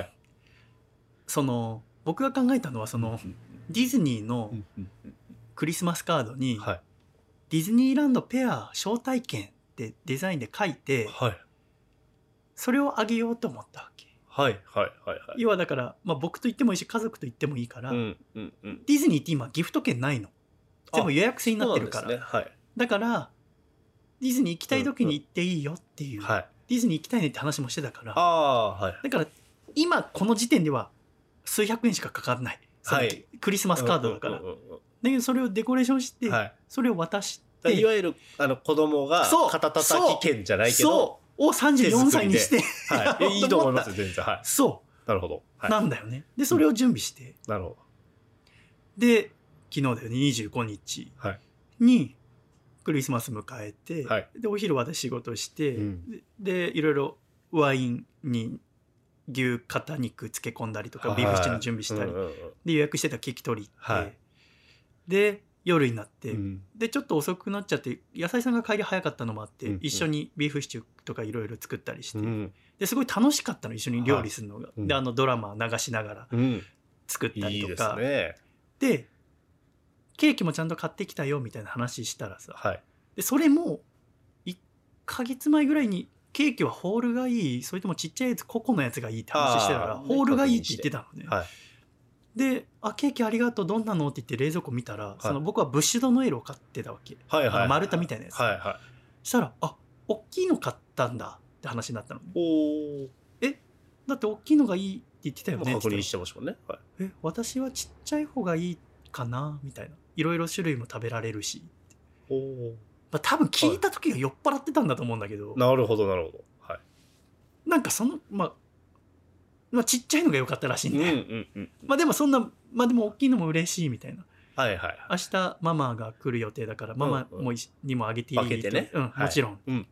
その僕が考えたのはそのディズニーのクリスマスカードにディズニーランドペア招待券ってデザインで書いて、それをあげようと思ったわけ。要はだから、まあ、僕と言ってもいいし家族と言ってもいいから、ディズニーって今ギフト券ないの、全部予約制になってるから、だからディズニー行きたい時に行っていいよっていう、ディズニー行きたいねって話もしてたから、だから今この時点では数百円しかかからない、クリスマスカードだから、だけどそれをデコレーションして、それを渡して、 いわゆる子供が肩たたき券じゃないけどを34歳にしていいと思いますよ全然。そうなるほど、 なんだよね。でそれを準備して、 なるほど。 で昨日だよね、25日にクリスマス迎えて、でお昼私仕事して、でいろいろワインに牛肩肉漬け込んだりとかビーフシチューの準備したり、で予約してたケーキ取り行って、で夜になって、でちょっと遅くなっちゃって野菜さんが帰り早かったのもあって、一緒にビーフシチューとかいろいろ作ったりして、ですごい楽しかったの、一緒に料理するのが、でドラマ流しながら作ったりとか、でケーキもちゃんと買ってきたよみたいな話したらさ、でそれも1ヶ月前ぐらいにケーキはホールがいい、それともちっちゃいやつ個々のやつがいいって話してたから、ホールがいいって言ってたのね。でケーキありがとう、どんなのって言って冷蔵庫見たら、その僕はブッシュドノエルを買ってたわけ、丸太みたいなやつ、したら大きいの買ったんだって話になったのね。だって大きいのがいいって言ってたよねって確認してましたもんね。 私はちっちゃい方がいいかなみたいな、いろいろ種類も食べられるし、多分聞いた時が酔っ払ってたんだと思うんだけど、 なるほどなるほど、 なんかそのまあちっちゃいのが良かったらしいんで、でもそんなでも大きいのも嬉しいみたいな、明日ママが来る予定だからママにもあげていいと、もちろん、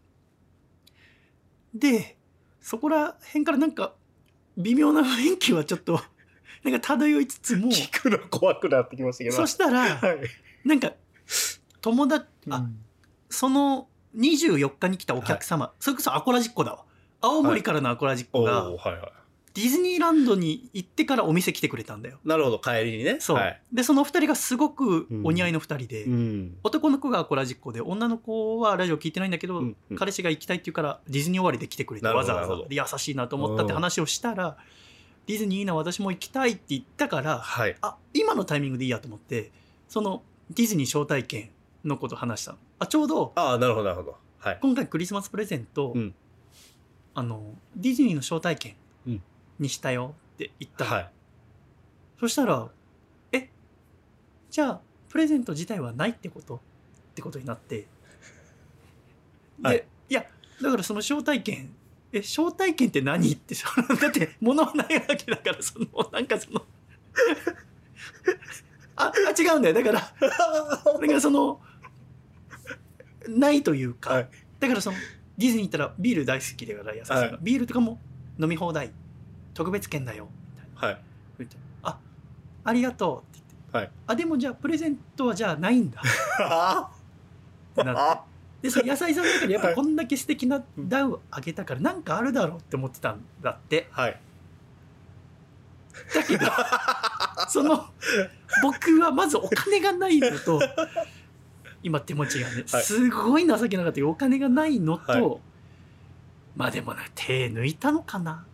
でそこら辺からなんか微妙な雰囲気はちょっとなんか漂いつつも、 聞くの怖くなってきましたけど、 そしたら、なんか友達、その24日に来たお客様、それこそアコラジッコだわ、青森からのアコラジッコが、ディズニーランドに行ってからお店来てくれたんだよ。 なるほど、帰りにね。 でその2人がすごくお似合いの2人で、男の子がアコラジッコで、女の子はラジオ聞いてないんだけど、彼氏が行きたいって言うからディズニー終わりで来てくれて、わざわざで優しいなと思ったって話をしたら、ディズニーいいな、私も行きたいって言ったから、今のタイミングでいいやと思って、そのディズニー招待券のこと話したの。ちょうどなるほどなるほど、 今回クリスマスプレゼント、ディズニーの招待券にしたよって言った、そしたらじゃあプレゼント自体はないってことになって、でいやだからその招待券招待券って何ってだって物はないわけだからなんか違うんだよ。だからないというか、はい、だからディズニー行ったらビール大好きだから野菜さんが、はい、ビールとかも飲み放題特別券だよみたいな、はい、ありがとうって言って、はい、でもじゃあプレゼントはじゃあないんだってなってで野菜さんの中でやっぱこんだけ素敵なダウあげたからなんかあるだろうって思ってたんだって、はい、だけど僕はまずお金がないのと今手持ちがね、すごい情けなかったけどお金がないのと、はい、まあでも手抜いたのかな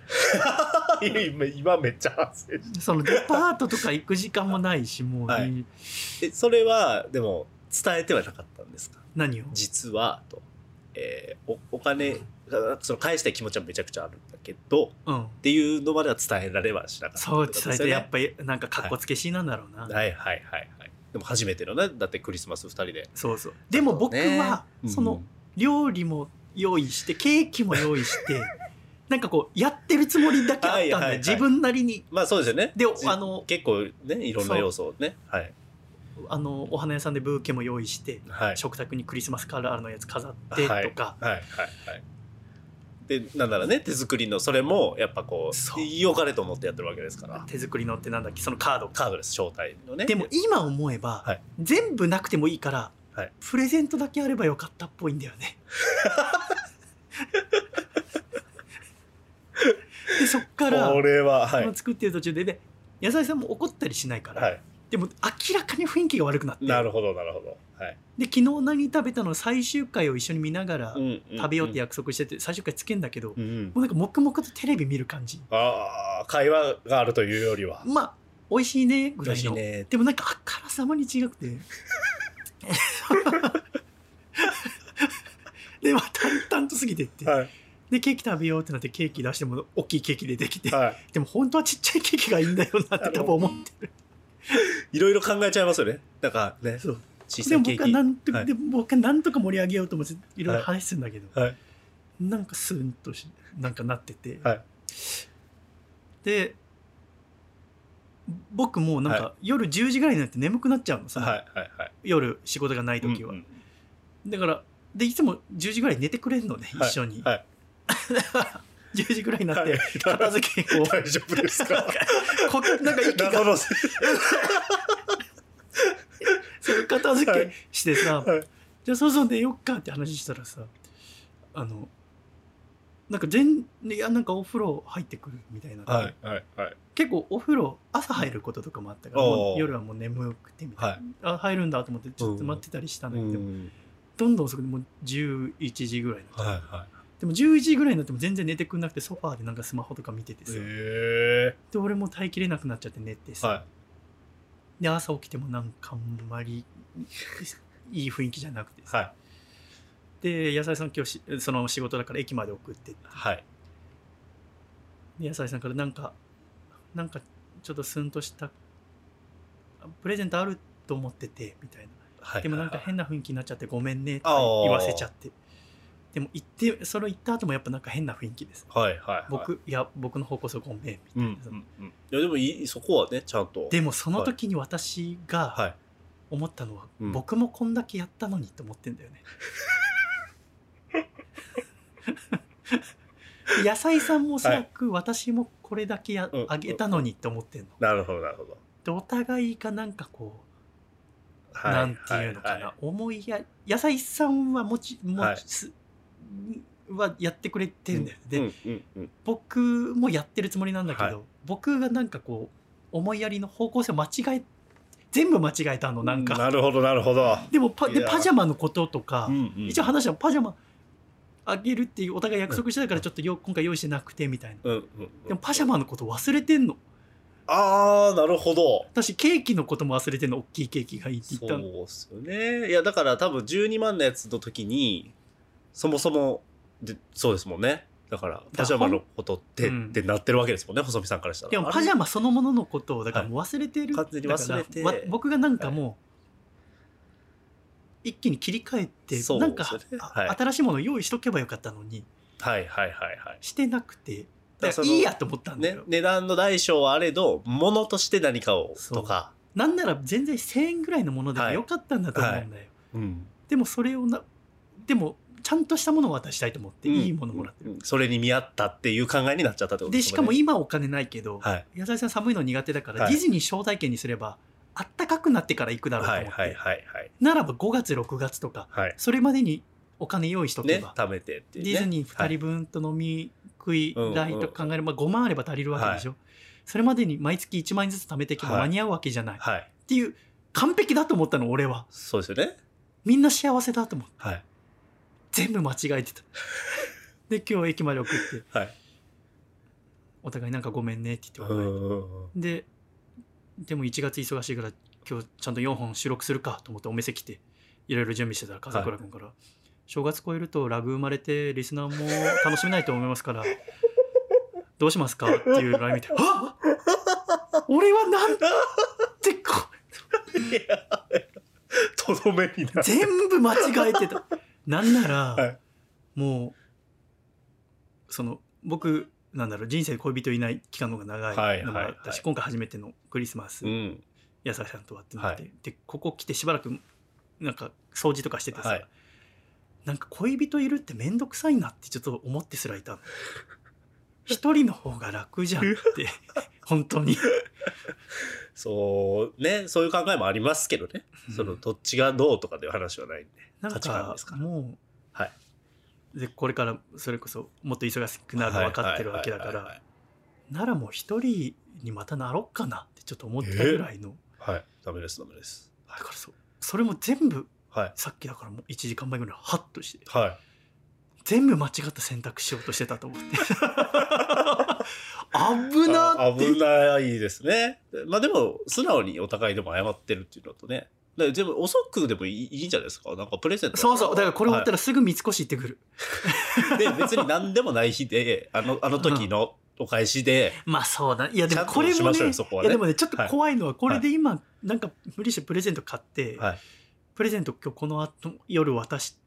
今めっちゃ反省してデパートとか行く時間もないしもう、 はい、それはでも伝えてはなかったんですか？ 何を？ 実はと、お金返したい気持ちはめちゃくちゃあるんだけど、うん、っていうのまでは伝えられはしなかった、ね、 そう伝えてやっぱりなんかかっこつけしなんだろうな、 はい、はいはいはいはい。でも初めてのねだってクリスマス2人でそうでも僕は料理も用意してケーキも用意してなんかこうやってるつもりだけあったんで、はいはいはい、自分なりにまあそうですよね。 で結構ねいろんな要素をね、はい、 お花屋さんでブーケも用意して、はい、食卓にクリスマスカラーのやつ飾ってとか、はいはいはいはい、 でなんならね手作りのそれもやっぱこう良かれと思ってやってるわけですから。 手作りのってなんだっけカードです招待のね。 でも今思えば、はい、全部なくてもいいから、はい、プレゼントだけあればよかったっぽいんだよねでそっからこれは、はい、 作ってる途中で野菜さんも怒ったりしないから、はい、でも明らかに雰囲気が悪くなって。 なるほどなるほど、はい、 で昨日何食べたの最終回を一緒に見ながら食べようって約束してて、最終回つけんだけど、もうなんか黙々とテレビ見る感じ。 会話があるというよりはまあ美味しいねぐらいの、でもなんかあからさまに違くてで淡々と過ぎてって、はい、でケーキ食べようってなってケーキ出しても大きいケーキ出てきて、はい、でも本当はちっちゃいケーキがいいんだよなって多分思ってるいろいろ考えちゃいますよね。なんかねそう小さいケーキで僕はなんとか盛り上げようと思っていろいろ話するんだけど、はい、なんかスンとなんかなってて、はい、で僕もなんか夜10時ぐらいになって眠くなっちゃうのさ、はいはいはい、夜仕事がない時は、うんうん、だからいつも10時ぐらい寝てくれるのね、はい、一緒に、はい、10時ぐらいになって片付け大丈夫ですかなんか息がそれ片付けしてさ、はい、じゃあそう寝よっかって話したらさなんかなんかお風呂入ってくるみたいな、はいはいはい、結構お風呂朝入ることとかもあったから、夜はもう眠くてみたいな、はい、入るんだと思ってちょっと待ってたりしたんだけど、どんどんそこでもう11時ぐらいになって、はいはい、でも11時ぐらいになっても全然寝てくんなくてソファーでなんかスマホとか見ててさ、で俺も耐えきれなくなっちゃって寝てさ、はい、で朝起きてもなんかあんまりいい雰囲気じゃなくてさ、はい、で野菜さん今日その仕事だから駅まで送ってって、はい、で野菜さんからなんかちょっとスンとしたプレゼントあると思っててみたいな、はい、でもなんか変な雰囲気になっちゃってごめんねって言わせちゃって、でもそれ言った後もやっぱなんか変な雰囲気です、はいはいはい、僕の方こそごめんみたいな、うんうんうん、いやでもそこはねちゃんと。 でもその時に私が思ったのは、はい、僕もこんだけやったのにと思ってんだよね野菜さんもおそらく私もこれだけあげたのにって思ってんの、 なるほどなるほど。 でお互いがなんかこう、はい、なんていうのかな、はいはい、思いや野菜さんははやってくれてるんだよ、で、うんうんうん、僕もやってるつもりなんだけど、はい、僕がなんかこう思いやりの方向性を全部間違えたのなんか、 なるほどなるほど。 でもパジャマのこととか、うんうん、一応話はパジャマあげるっていうお互い約束してたからちょっと今回用意してなくてみたいな、うんうんうん、でもパジャマのこと忘れてんの。 あーなるほど。 私ケーキのことも忘れてんの。大きいケーキがいいって言ったの。 そうっすよね。いやだから多分12万のやつの時にそもそもでそうですもんね。だからパジャマのことってなってるわけですもんね、細見さんからしたら。 でもパジャマそのもののことをだからもう忘れてる、はい、完全に忘れて僕がなんかもう、はい、一気に切り替えて、なんか、はい、新しいものを用意しとけばよかったのに、 はいはいはいはい。 してなくて、だからいいやと思ったんだよ。 ね、値段の大小はあれど、物として何かをとか。 なんなら全然1000円ぐらいのものでもよかったんだと思うんだよ。 うん、 でもそれをでもちゃんとしたものを渡したいと思って、いいものもらってる、 それに見合ったっていう考えになっちゃったってことでしかも今お金ないけど、矢沢さん寒いの苦手だから、ディズニー招待券にすればあったかくなってから行くだろうと思って、ならば5月6月とか、それまでにお金用意しとけば、 貯めてってディズニー2人分と飲み食い代と考えれば5万あれば足りるわけでしょ、それまでに毎月1万円ずつ貯めていけば間に合うわけじゃない、っていう完璧だと思ったの俺は。 そうですよね。 みんな幸せだと思って、全部間違えてたで今日駅まで送って、お互いなんかごめんねって言って別れて、でも1月忙しいから今日ちゃんと4本収録するかと思ってお店来ていろいろ準備してたら風倉君から、正月超えるとラグ生まれてリスナーも楽しめないと思いますからどうしますかっていう LINE 見てあっ俺はなんてとどめになる全部間違えてたなんなら、もうその僕なんだろう人生で恋人いない期間の方が長いのもあったし、今回初めてのクリスマス、野菜さんとはってなって、でここ来てしばらくなんか掃除とかしててさ、なんか恋人いるって面倒くさいなってちょっと思ってすらいたの一人の方が楽じゃんって本当にそうね、そういう考えもありますけどね、そのどっちがどうとかでいう話はないんで、価値観ですから。もう、でこれからそれこそもっと忙しくなるの分かってるわけだから、ならもう一人にまたなろっかなってちょっと思ったぐらいの、 ダメですダメです。 だからそれも全部、さっきだからもう1時間前ぐらいハッとして、全部間違った選択しようとしてたと思って危ないですね。まあでも素直にお互いでも謝ってるっていうのとね、でも遅くでもいいんじゃないですか。なんかプレゼント、 そうだからこれ終わったらすぐ三越行ってくる、 で別に何でもない日であの時のお返しで、 まあそうだ。いやでもこれもね、いやでもねちょっと怖いのはこれで今なんか無理してプレゼント買って、プレゼント今日この後夜渡して、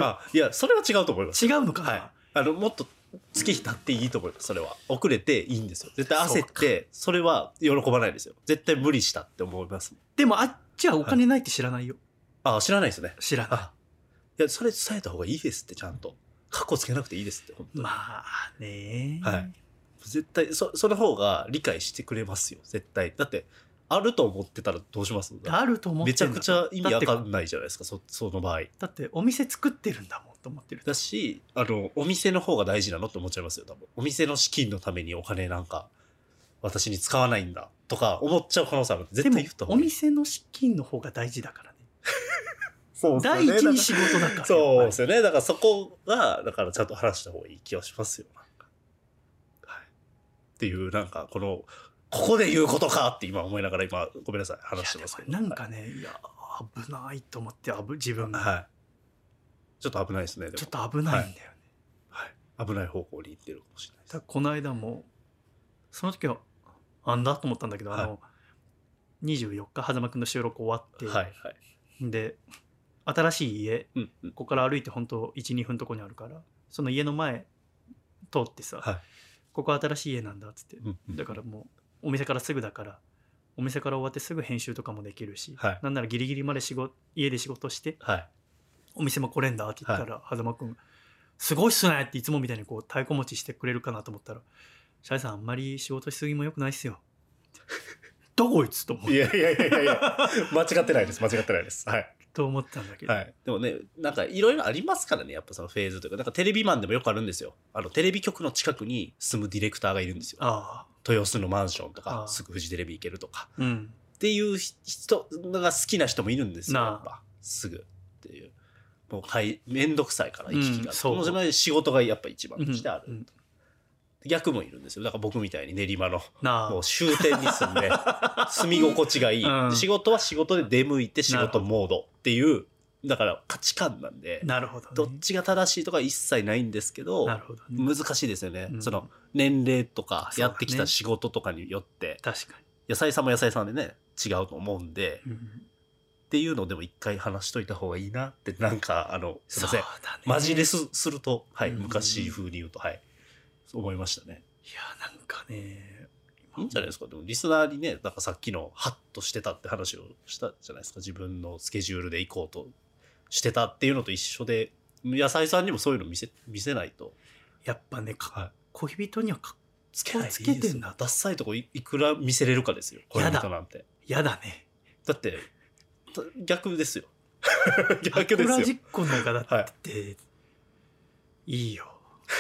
いやそれは違うと思います。 違うのかな、 もっと月日経っていいと思います。それは遅れていいんですよ。絶対焦ってそれは喜ばないですよ。絶対無理したって思います。 でもあっちはお金ないって知らないよ。 知らないですね。 知らない。 いやそれ伝えた方がいいですって、ちゃんとカッコつけなくていいですって本当に。 まあね、 絶対その方が理解してくれますよ絶対。だってあると思ってたらどうします？ あると思ってめちゃくちゃ意味わかんないじゃないですか、その場合。 だってお店作ってるんだもんと思ってる。 だしお店の方が大事なのって思っちゃいますよ多分。お店の資金のためにお金なんか私に使わないんだとか思っちゃう可能性ある。絶対言った方がいい。 でもお店の資金の方が大事だからねそうですよね、 第一に仕事だから。 そうですよね。だからそこがだからちゃんと話した方がいい気はしますよ。なんか、っていうなんかここで言うことかって今思いながら今ごめんなさい話してますけど、 なんかね、いや危ないと思って自分が、ちょっと危ないですね。でもちょっと危ないんだよね、 危ない方向に行ってるかもしれないです。 この間もその時はなんだと思ったんだけど、24日狭間くんの収録終わって、で新しい家、ここから歩いて本当 1,2 分のとこにあるから、その家の前通ってさ、ここ新しい家なんだっつって、だからもうお店からすぐだから、お店から終わってすぐ編集とかもできるし、なんならギリギリまで家で仕事して、お店も来れんだって言ったら、狭間くんすごいっすねっていつもみたいにこう太鼓持ちしてくれるかなと思ったら、シャイさんあんまり仕事しすぎもよくないっすよどこいつと思って。 いや間違ってないですと思ったんだけど、 でもねなんかいろいろありますからね、やっぱそのフェーズというか、なんかテレビマンでもよくあるんですよ。テレビ局の近くに住むディレクターがいるんですよ。豊洲のマンションとかすぐフジテレビ行けるとか、っていう人が好きな人もいるんですよ。やっぱすぐっていう、もう面倒くさいから行き来が、仕事がやっぱ一番としてある、逆もいるんですよ。だから僕みたいに練馬のもう終点に住んで住み心地がいい、仕事は仕事で出向いて仕事モードっていう、だから価値観なんで、 なるほど、 どっちが正しいとか一切ないんですけど、難しいですよね、その年齢とかやってきた仕事とかによって、 確かに野菜さんも野菜さんでね違うと思うんで、 っていうのでも一回話しといた方がいいなってなんかすいません、マジレスすると、はい、昔風に言うと、はい、そう思いましたね。 いやなんかねいいんじゃないですか。でもリスナーにね、なんかさっきのハッとしてたって話をしたじゃないですか。自分のスケジュールで行こうとしてたっていうのと一緒で、野菜さんにもそういうの見せないと。 やっぱね、はい、恋人にはかっつけてんだ。ダッサいとこ いくら見せれるかですよ。恋人なんて。 やだね。 だって逆ですよ。逆ですよ。 桜実行の方だって、はい、いいよ。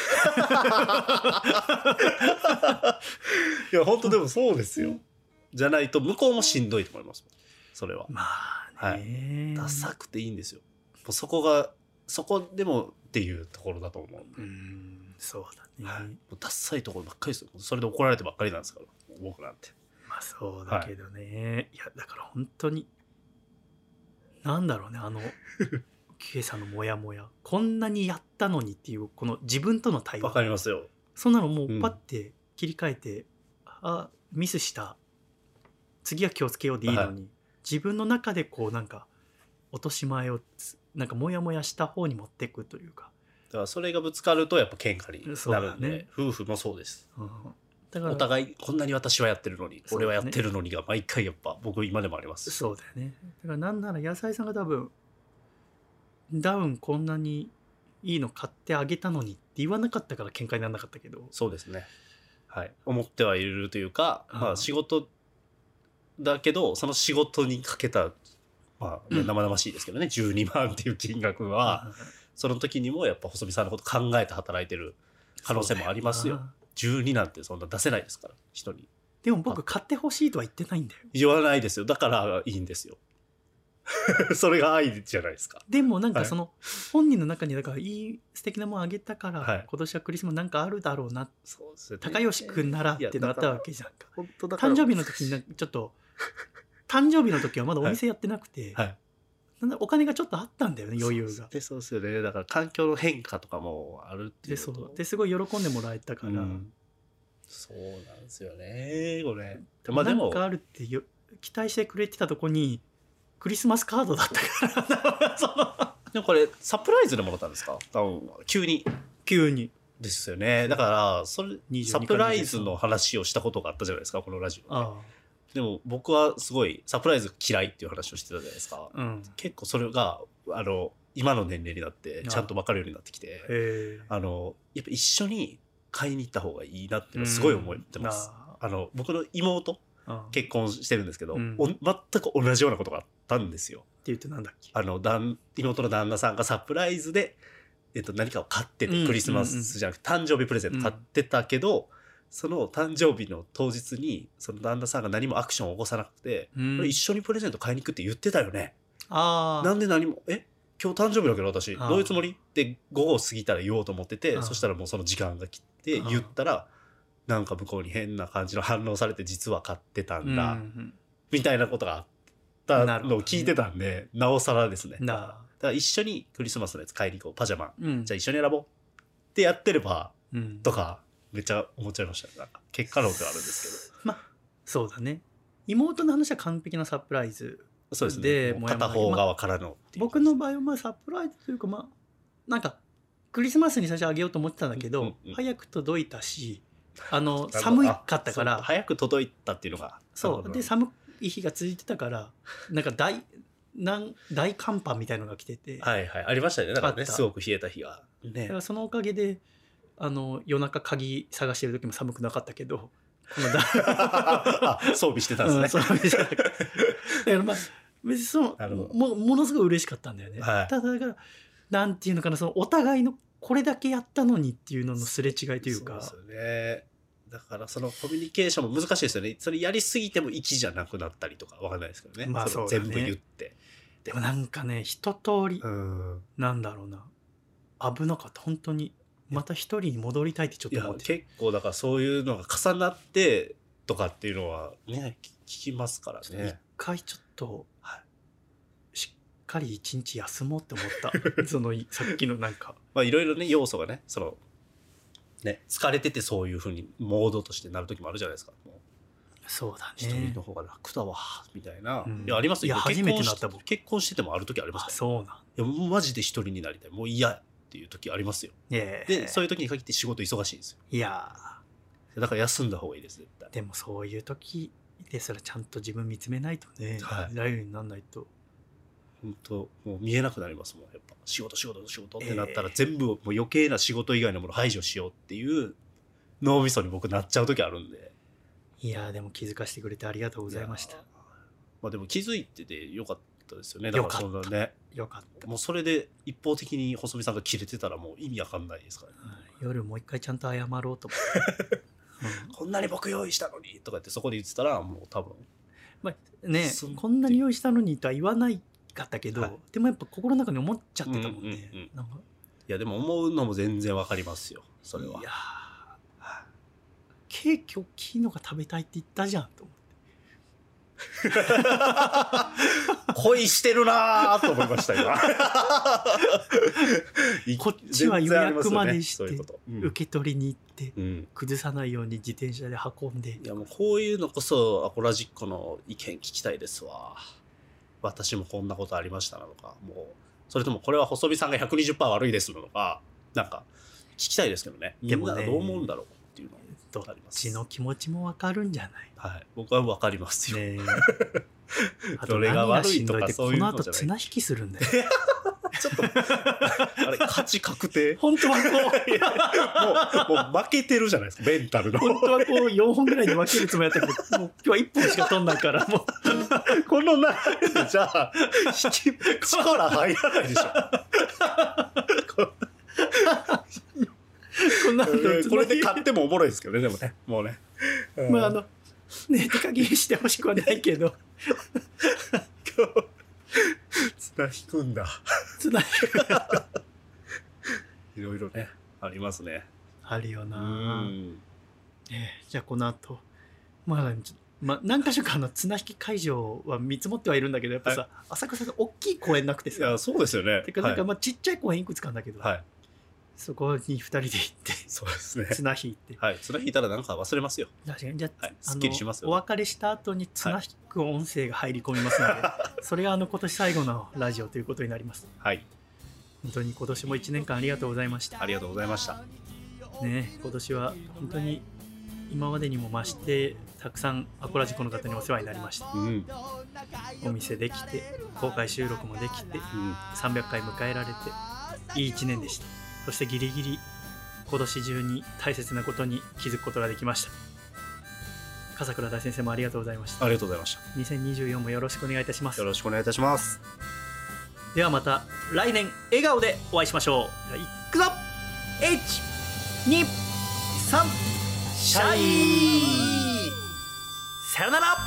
いや本当でもそうですよ。じゃないと向こうもしんどいと思います。それは。 まあね、 はい。ダサくていいんですよ。もうそこでもっていうところだと思う。 そうだね。 はい、もうダサいところばっかりですよ。それで怒られてばっかりなんですから、僕なんて。 まあそうだけどね。はい、いやだから本当になんだろうね、K さんのモヤモヤ、こんなにやったのにっていうこの自分との対話。 わかりますよ。 そんなのもうパッて切り替えて、あミスした次は気をつけようでいいのに、はい、自分の中でこうなんか落とし前をなんかモヤモヤした方に持っていくというか。 だからそれがぶつかるとやっぱ喧嘩になるんで、ね、夫婦もそうです。だからお互いこんなに私はやってるのに、俺はやってるのにが毎回やっぱ僕今でもあります。 そうだよね。だからなんなら野菜さんが多分ダウンこんなにいいの買ってあげたのにって言わなかったから喧嘩にならなかったけど。 そうですね。はい。思ってはいるというか、まあ仕事だけどその仕事にかけたまあ、ね、生々しいですけどね、12万っていう金額は、その時にもやっぱ細見さんのこと考えて働いてる可能性もありますよ。12なんてそんな出せないですから、人に。 でも僕買ってほしいとは言ってないんだよ。 言わないですよ。だからいいんですよ。それが愛じゃないですか。 でもなんかその本人の中にだからいい素敵なものあげたから、はい、今年はクリスマスなんかあるだろうな、そうですね、高吉くんならってなったわけじゃんか。誕生日の時にちょっと誕生日の時はまだお店やってなくて、はいはい、なんだお金がちょっとあったんだよね、余裕が。 そうですよね。だから環境の変化とかもあるっていうですごい喜んでもらえたから、 そうなんですよねこれ。 まあでもなんかあるって期待してくれてたとこにクリスマスカードだったからでもこれサプライズでもらったんですか？急にですよね。だからそれサプライズの話をしたことがあったじゃないですか、このラジオで。でも僕はすごいサプライズ嫌いっていう話をしてたじゃないですか、結構それが今の年齢になってちゃんと分かるようになってきて、やっぱ一緒に買いに行った方がいいなっていうのすごい思ってます。僕の妹結婚してるんですけど、全く同じようなことがあったんですよ。 って言ってなんだっけ、 妹の旦那さんがサプライズで、何かを買ってて、クリスマスじゃなくて誕生日プレゼント買ってたけど、その誕生日の当日にその旦那さんが何もアクションを起こさなくて、一緒にプレゼント買いに行くって言ってたよね。なんで何も今日誕生日だけど私どういうつもりって午後過ぎたら言おうと思ってて、そしたらもうその時間が来て言ったらなんか向こうに変な感じの反応されて、実は買ってたんだ、みたいなことがあったのを聞いてたんで、なおさらですね。だから一緒にクリスマスのやつ買いに行こう、パジャマ、じゃあ一緒に選ぼうってやってれば、とかめっちゃ思っちゃいましたね。なんか結果論ではあるんですけど、 そうだね。妹の話は完璧なサプライズで、 そうですね、片方側からの、 僕の場合はサプライズというか、なんかクリスマスに最初あげようと思ってたんだけど、早く届いたし寒かったから、 早く届いたっていうのが、 そうで寒い日が続いてたから、なんか大寒波みたいのが来てて、 ありましたね。だからね、すごく冷えた日がね。 だからそのおかげで夜中鍵探してる時も寒くなかったけど、 装備してたんですね。装備してたからだから別にものすごい嬉しかったんだよね。ただだからなんていうのかな、そのお互いのこれだけやったのにっていうののすれ違いというか。 そうですよね。だからそのコミュニケーションも難しいですよね。それやりすぎても粋じゃなくなったりとかわかんないですけどね。 そうだね、 全部言って。 でもなんかね、一通りなんだろうな、危なかった本当に。また一人に戻りたいってちょっと思って。 結構だからそういうのが重なってとかっていうのはね、聞きますからね。 一回ちょっと、しっかり一日休もうって思ったそのさっきのなんかいろいろね要素がね、疲れててそういう風にモードとしてなる時もあるじゃないですか。 そうだね。 一人の方が楽だわみたいな、 うん、 いやありますよ。 初めてなったもん。 結婚しててもある時ありますあ、そうなん。 いやマジで一人になりたい、もう嫌っていう時ありますよ。でそういう時に限って仕事忙しいんですよ。 いやだから休んだ方がいいです絶対。 でもそういう時ですらちゃんと自分見つめないとね、 はい、 ライブにならないと本当もう見えなくなりますもん。やっぱ仕事ってなったら全部もう余計な仕事以外のもの排除しようっていう脳みそに僕なっちゃう時あるんで。 いやでも気づかせてくれてありがとうございました。 まあでも気づいててよかったですよね。だからそんなね、 よかった。 もうそれで一方的に細見さんがキレてたらもう意味わかんないですからね。 夜もう一回ちゃんと謝ろうと思って、 こんなに僕用意したのにとかってそこで言ってたらもう多分まあね、こんなに用意したのにとは言わないかったけど、はい、でもやっぱ心の中に思っちゃってたもんね。なんかいやでも思うのも全然わかりますよそれは。 いやケーキ大きいのが食べたいって言ったじゃんと思って恋してるなーと思いました今こっちは予約までして受け取りに行って、崩さないように自転車で運んで。 いやもうこういうのこそアコラジックの意見聞きたいですわ。私もこんなことありましたなのか、もうそれともこれは細見さんが 120% 悪いですなのか、なんか聞きたいですけどね。みんなどう思うんだろうっていうのどっちの気持ちも分かるんじゃない。 はい、僕は分かりますよ。 あと何がしんどいってこの後綱引きするんだよ。 ちょっとあれ勝ち確定。 本当はこうもう負けてるじゃないですかメンタルの。 本当はこう4本ぐらいに分けるつもりだったけど、もう今日は1本しか取んないからもうこの流れでじゃあ力入らないでしょ。これで勝ってもおもろいですけどね。でもねもうね、 まあね手加減してほしくはないけど綱引くんだ。 綱引くいろいろねありますね。 あるよな。じゃあこの後まあ何か所か綱引き会場は見積もってはいるんだけど、やっぱさ、浅草で大きい公園なくてさ。 いやそうですよね。 てかなんかまあちっちゃい公園いくつかあるんだけど、そこに2人で行ってそうですね、 綱引いて、 綱引いたらなんか忘れますよ。 確かに。じゃあ、 すっきりしますよ。 お別れした後に綱引く音声が入り込みますので、それが今年最後のラジオということになります。 はい本当に今年も1年間ありがとうございました。 ありがとうございましたね。今年は本当に今までにも増してたくさんアコラジコの方にお世話になりました。お店できて公開収録もできて、300回迎えられていい1年でした。そしてギリギリ今年中に大切なことに気づくことができました。笠倉大先生もありがとうございました。 ありがとうございました。 2024もよろしくお願いいたします。 よろしくお願いいたします。 ではまた来年笑顔でお会いしましょう。いくぞ !1、2、3、シャイ！さよなら。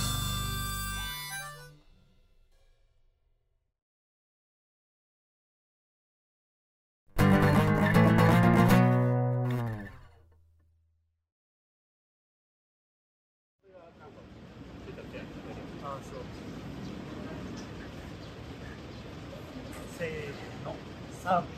せーの、3、2、1。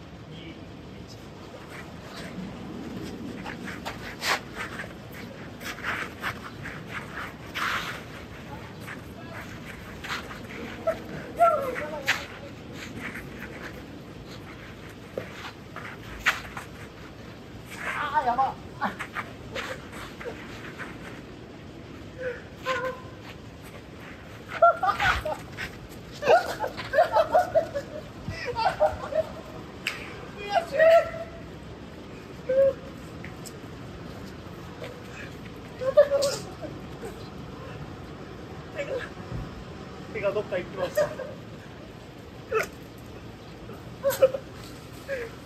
あー、やばっ。手がどっか行きました。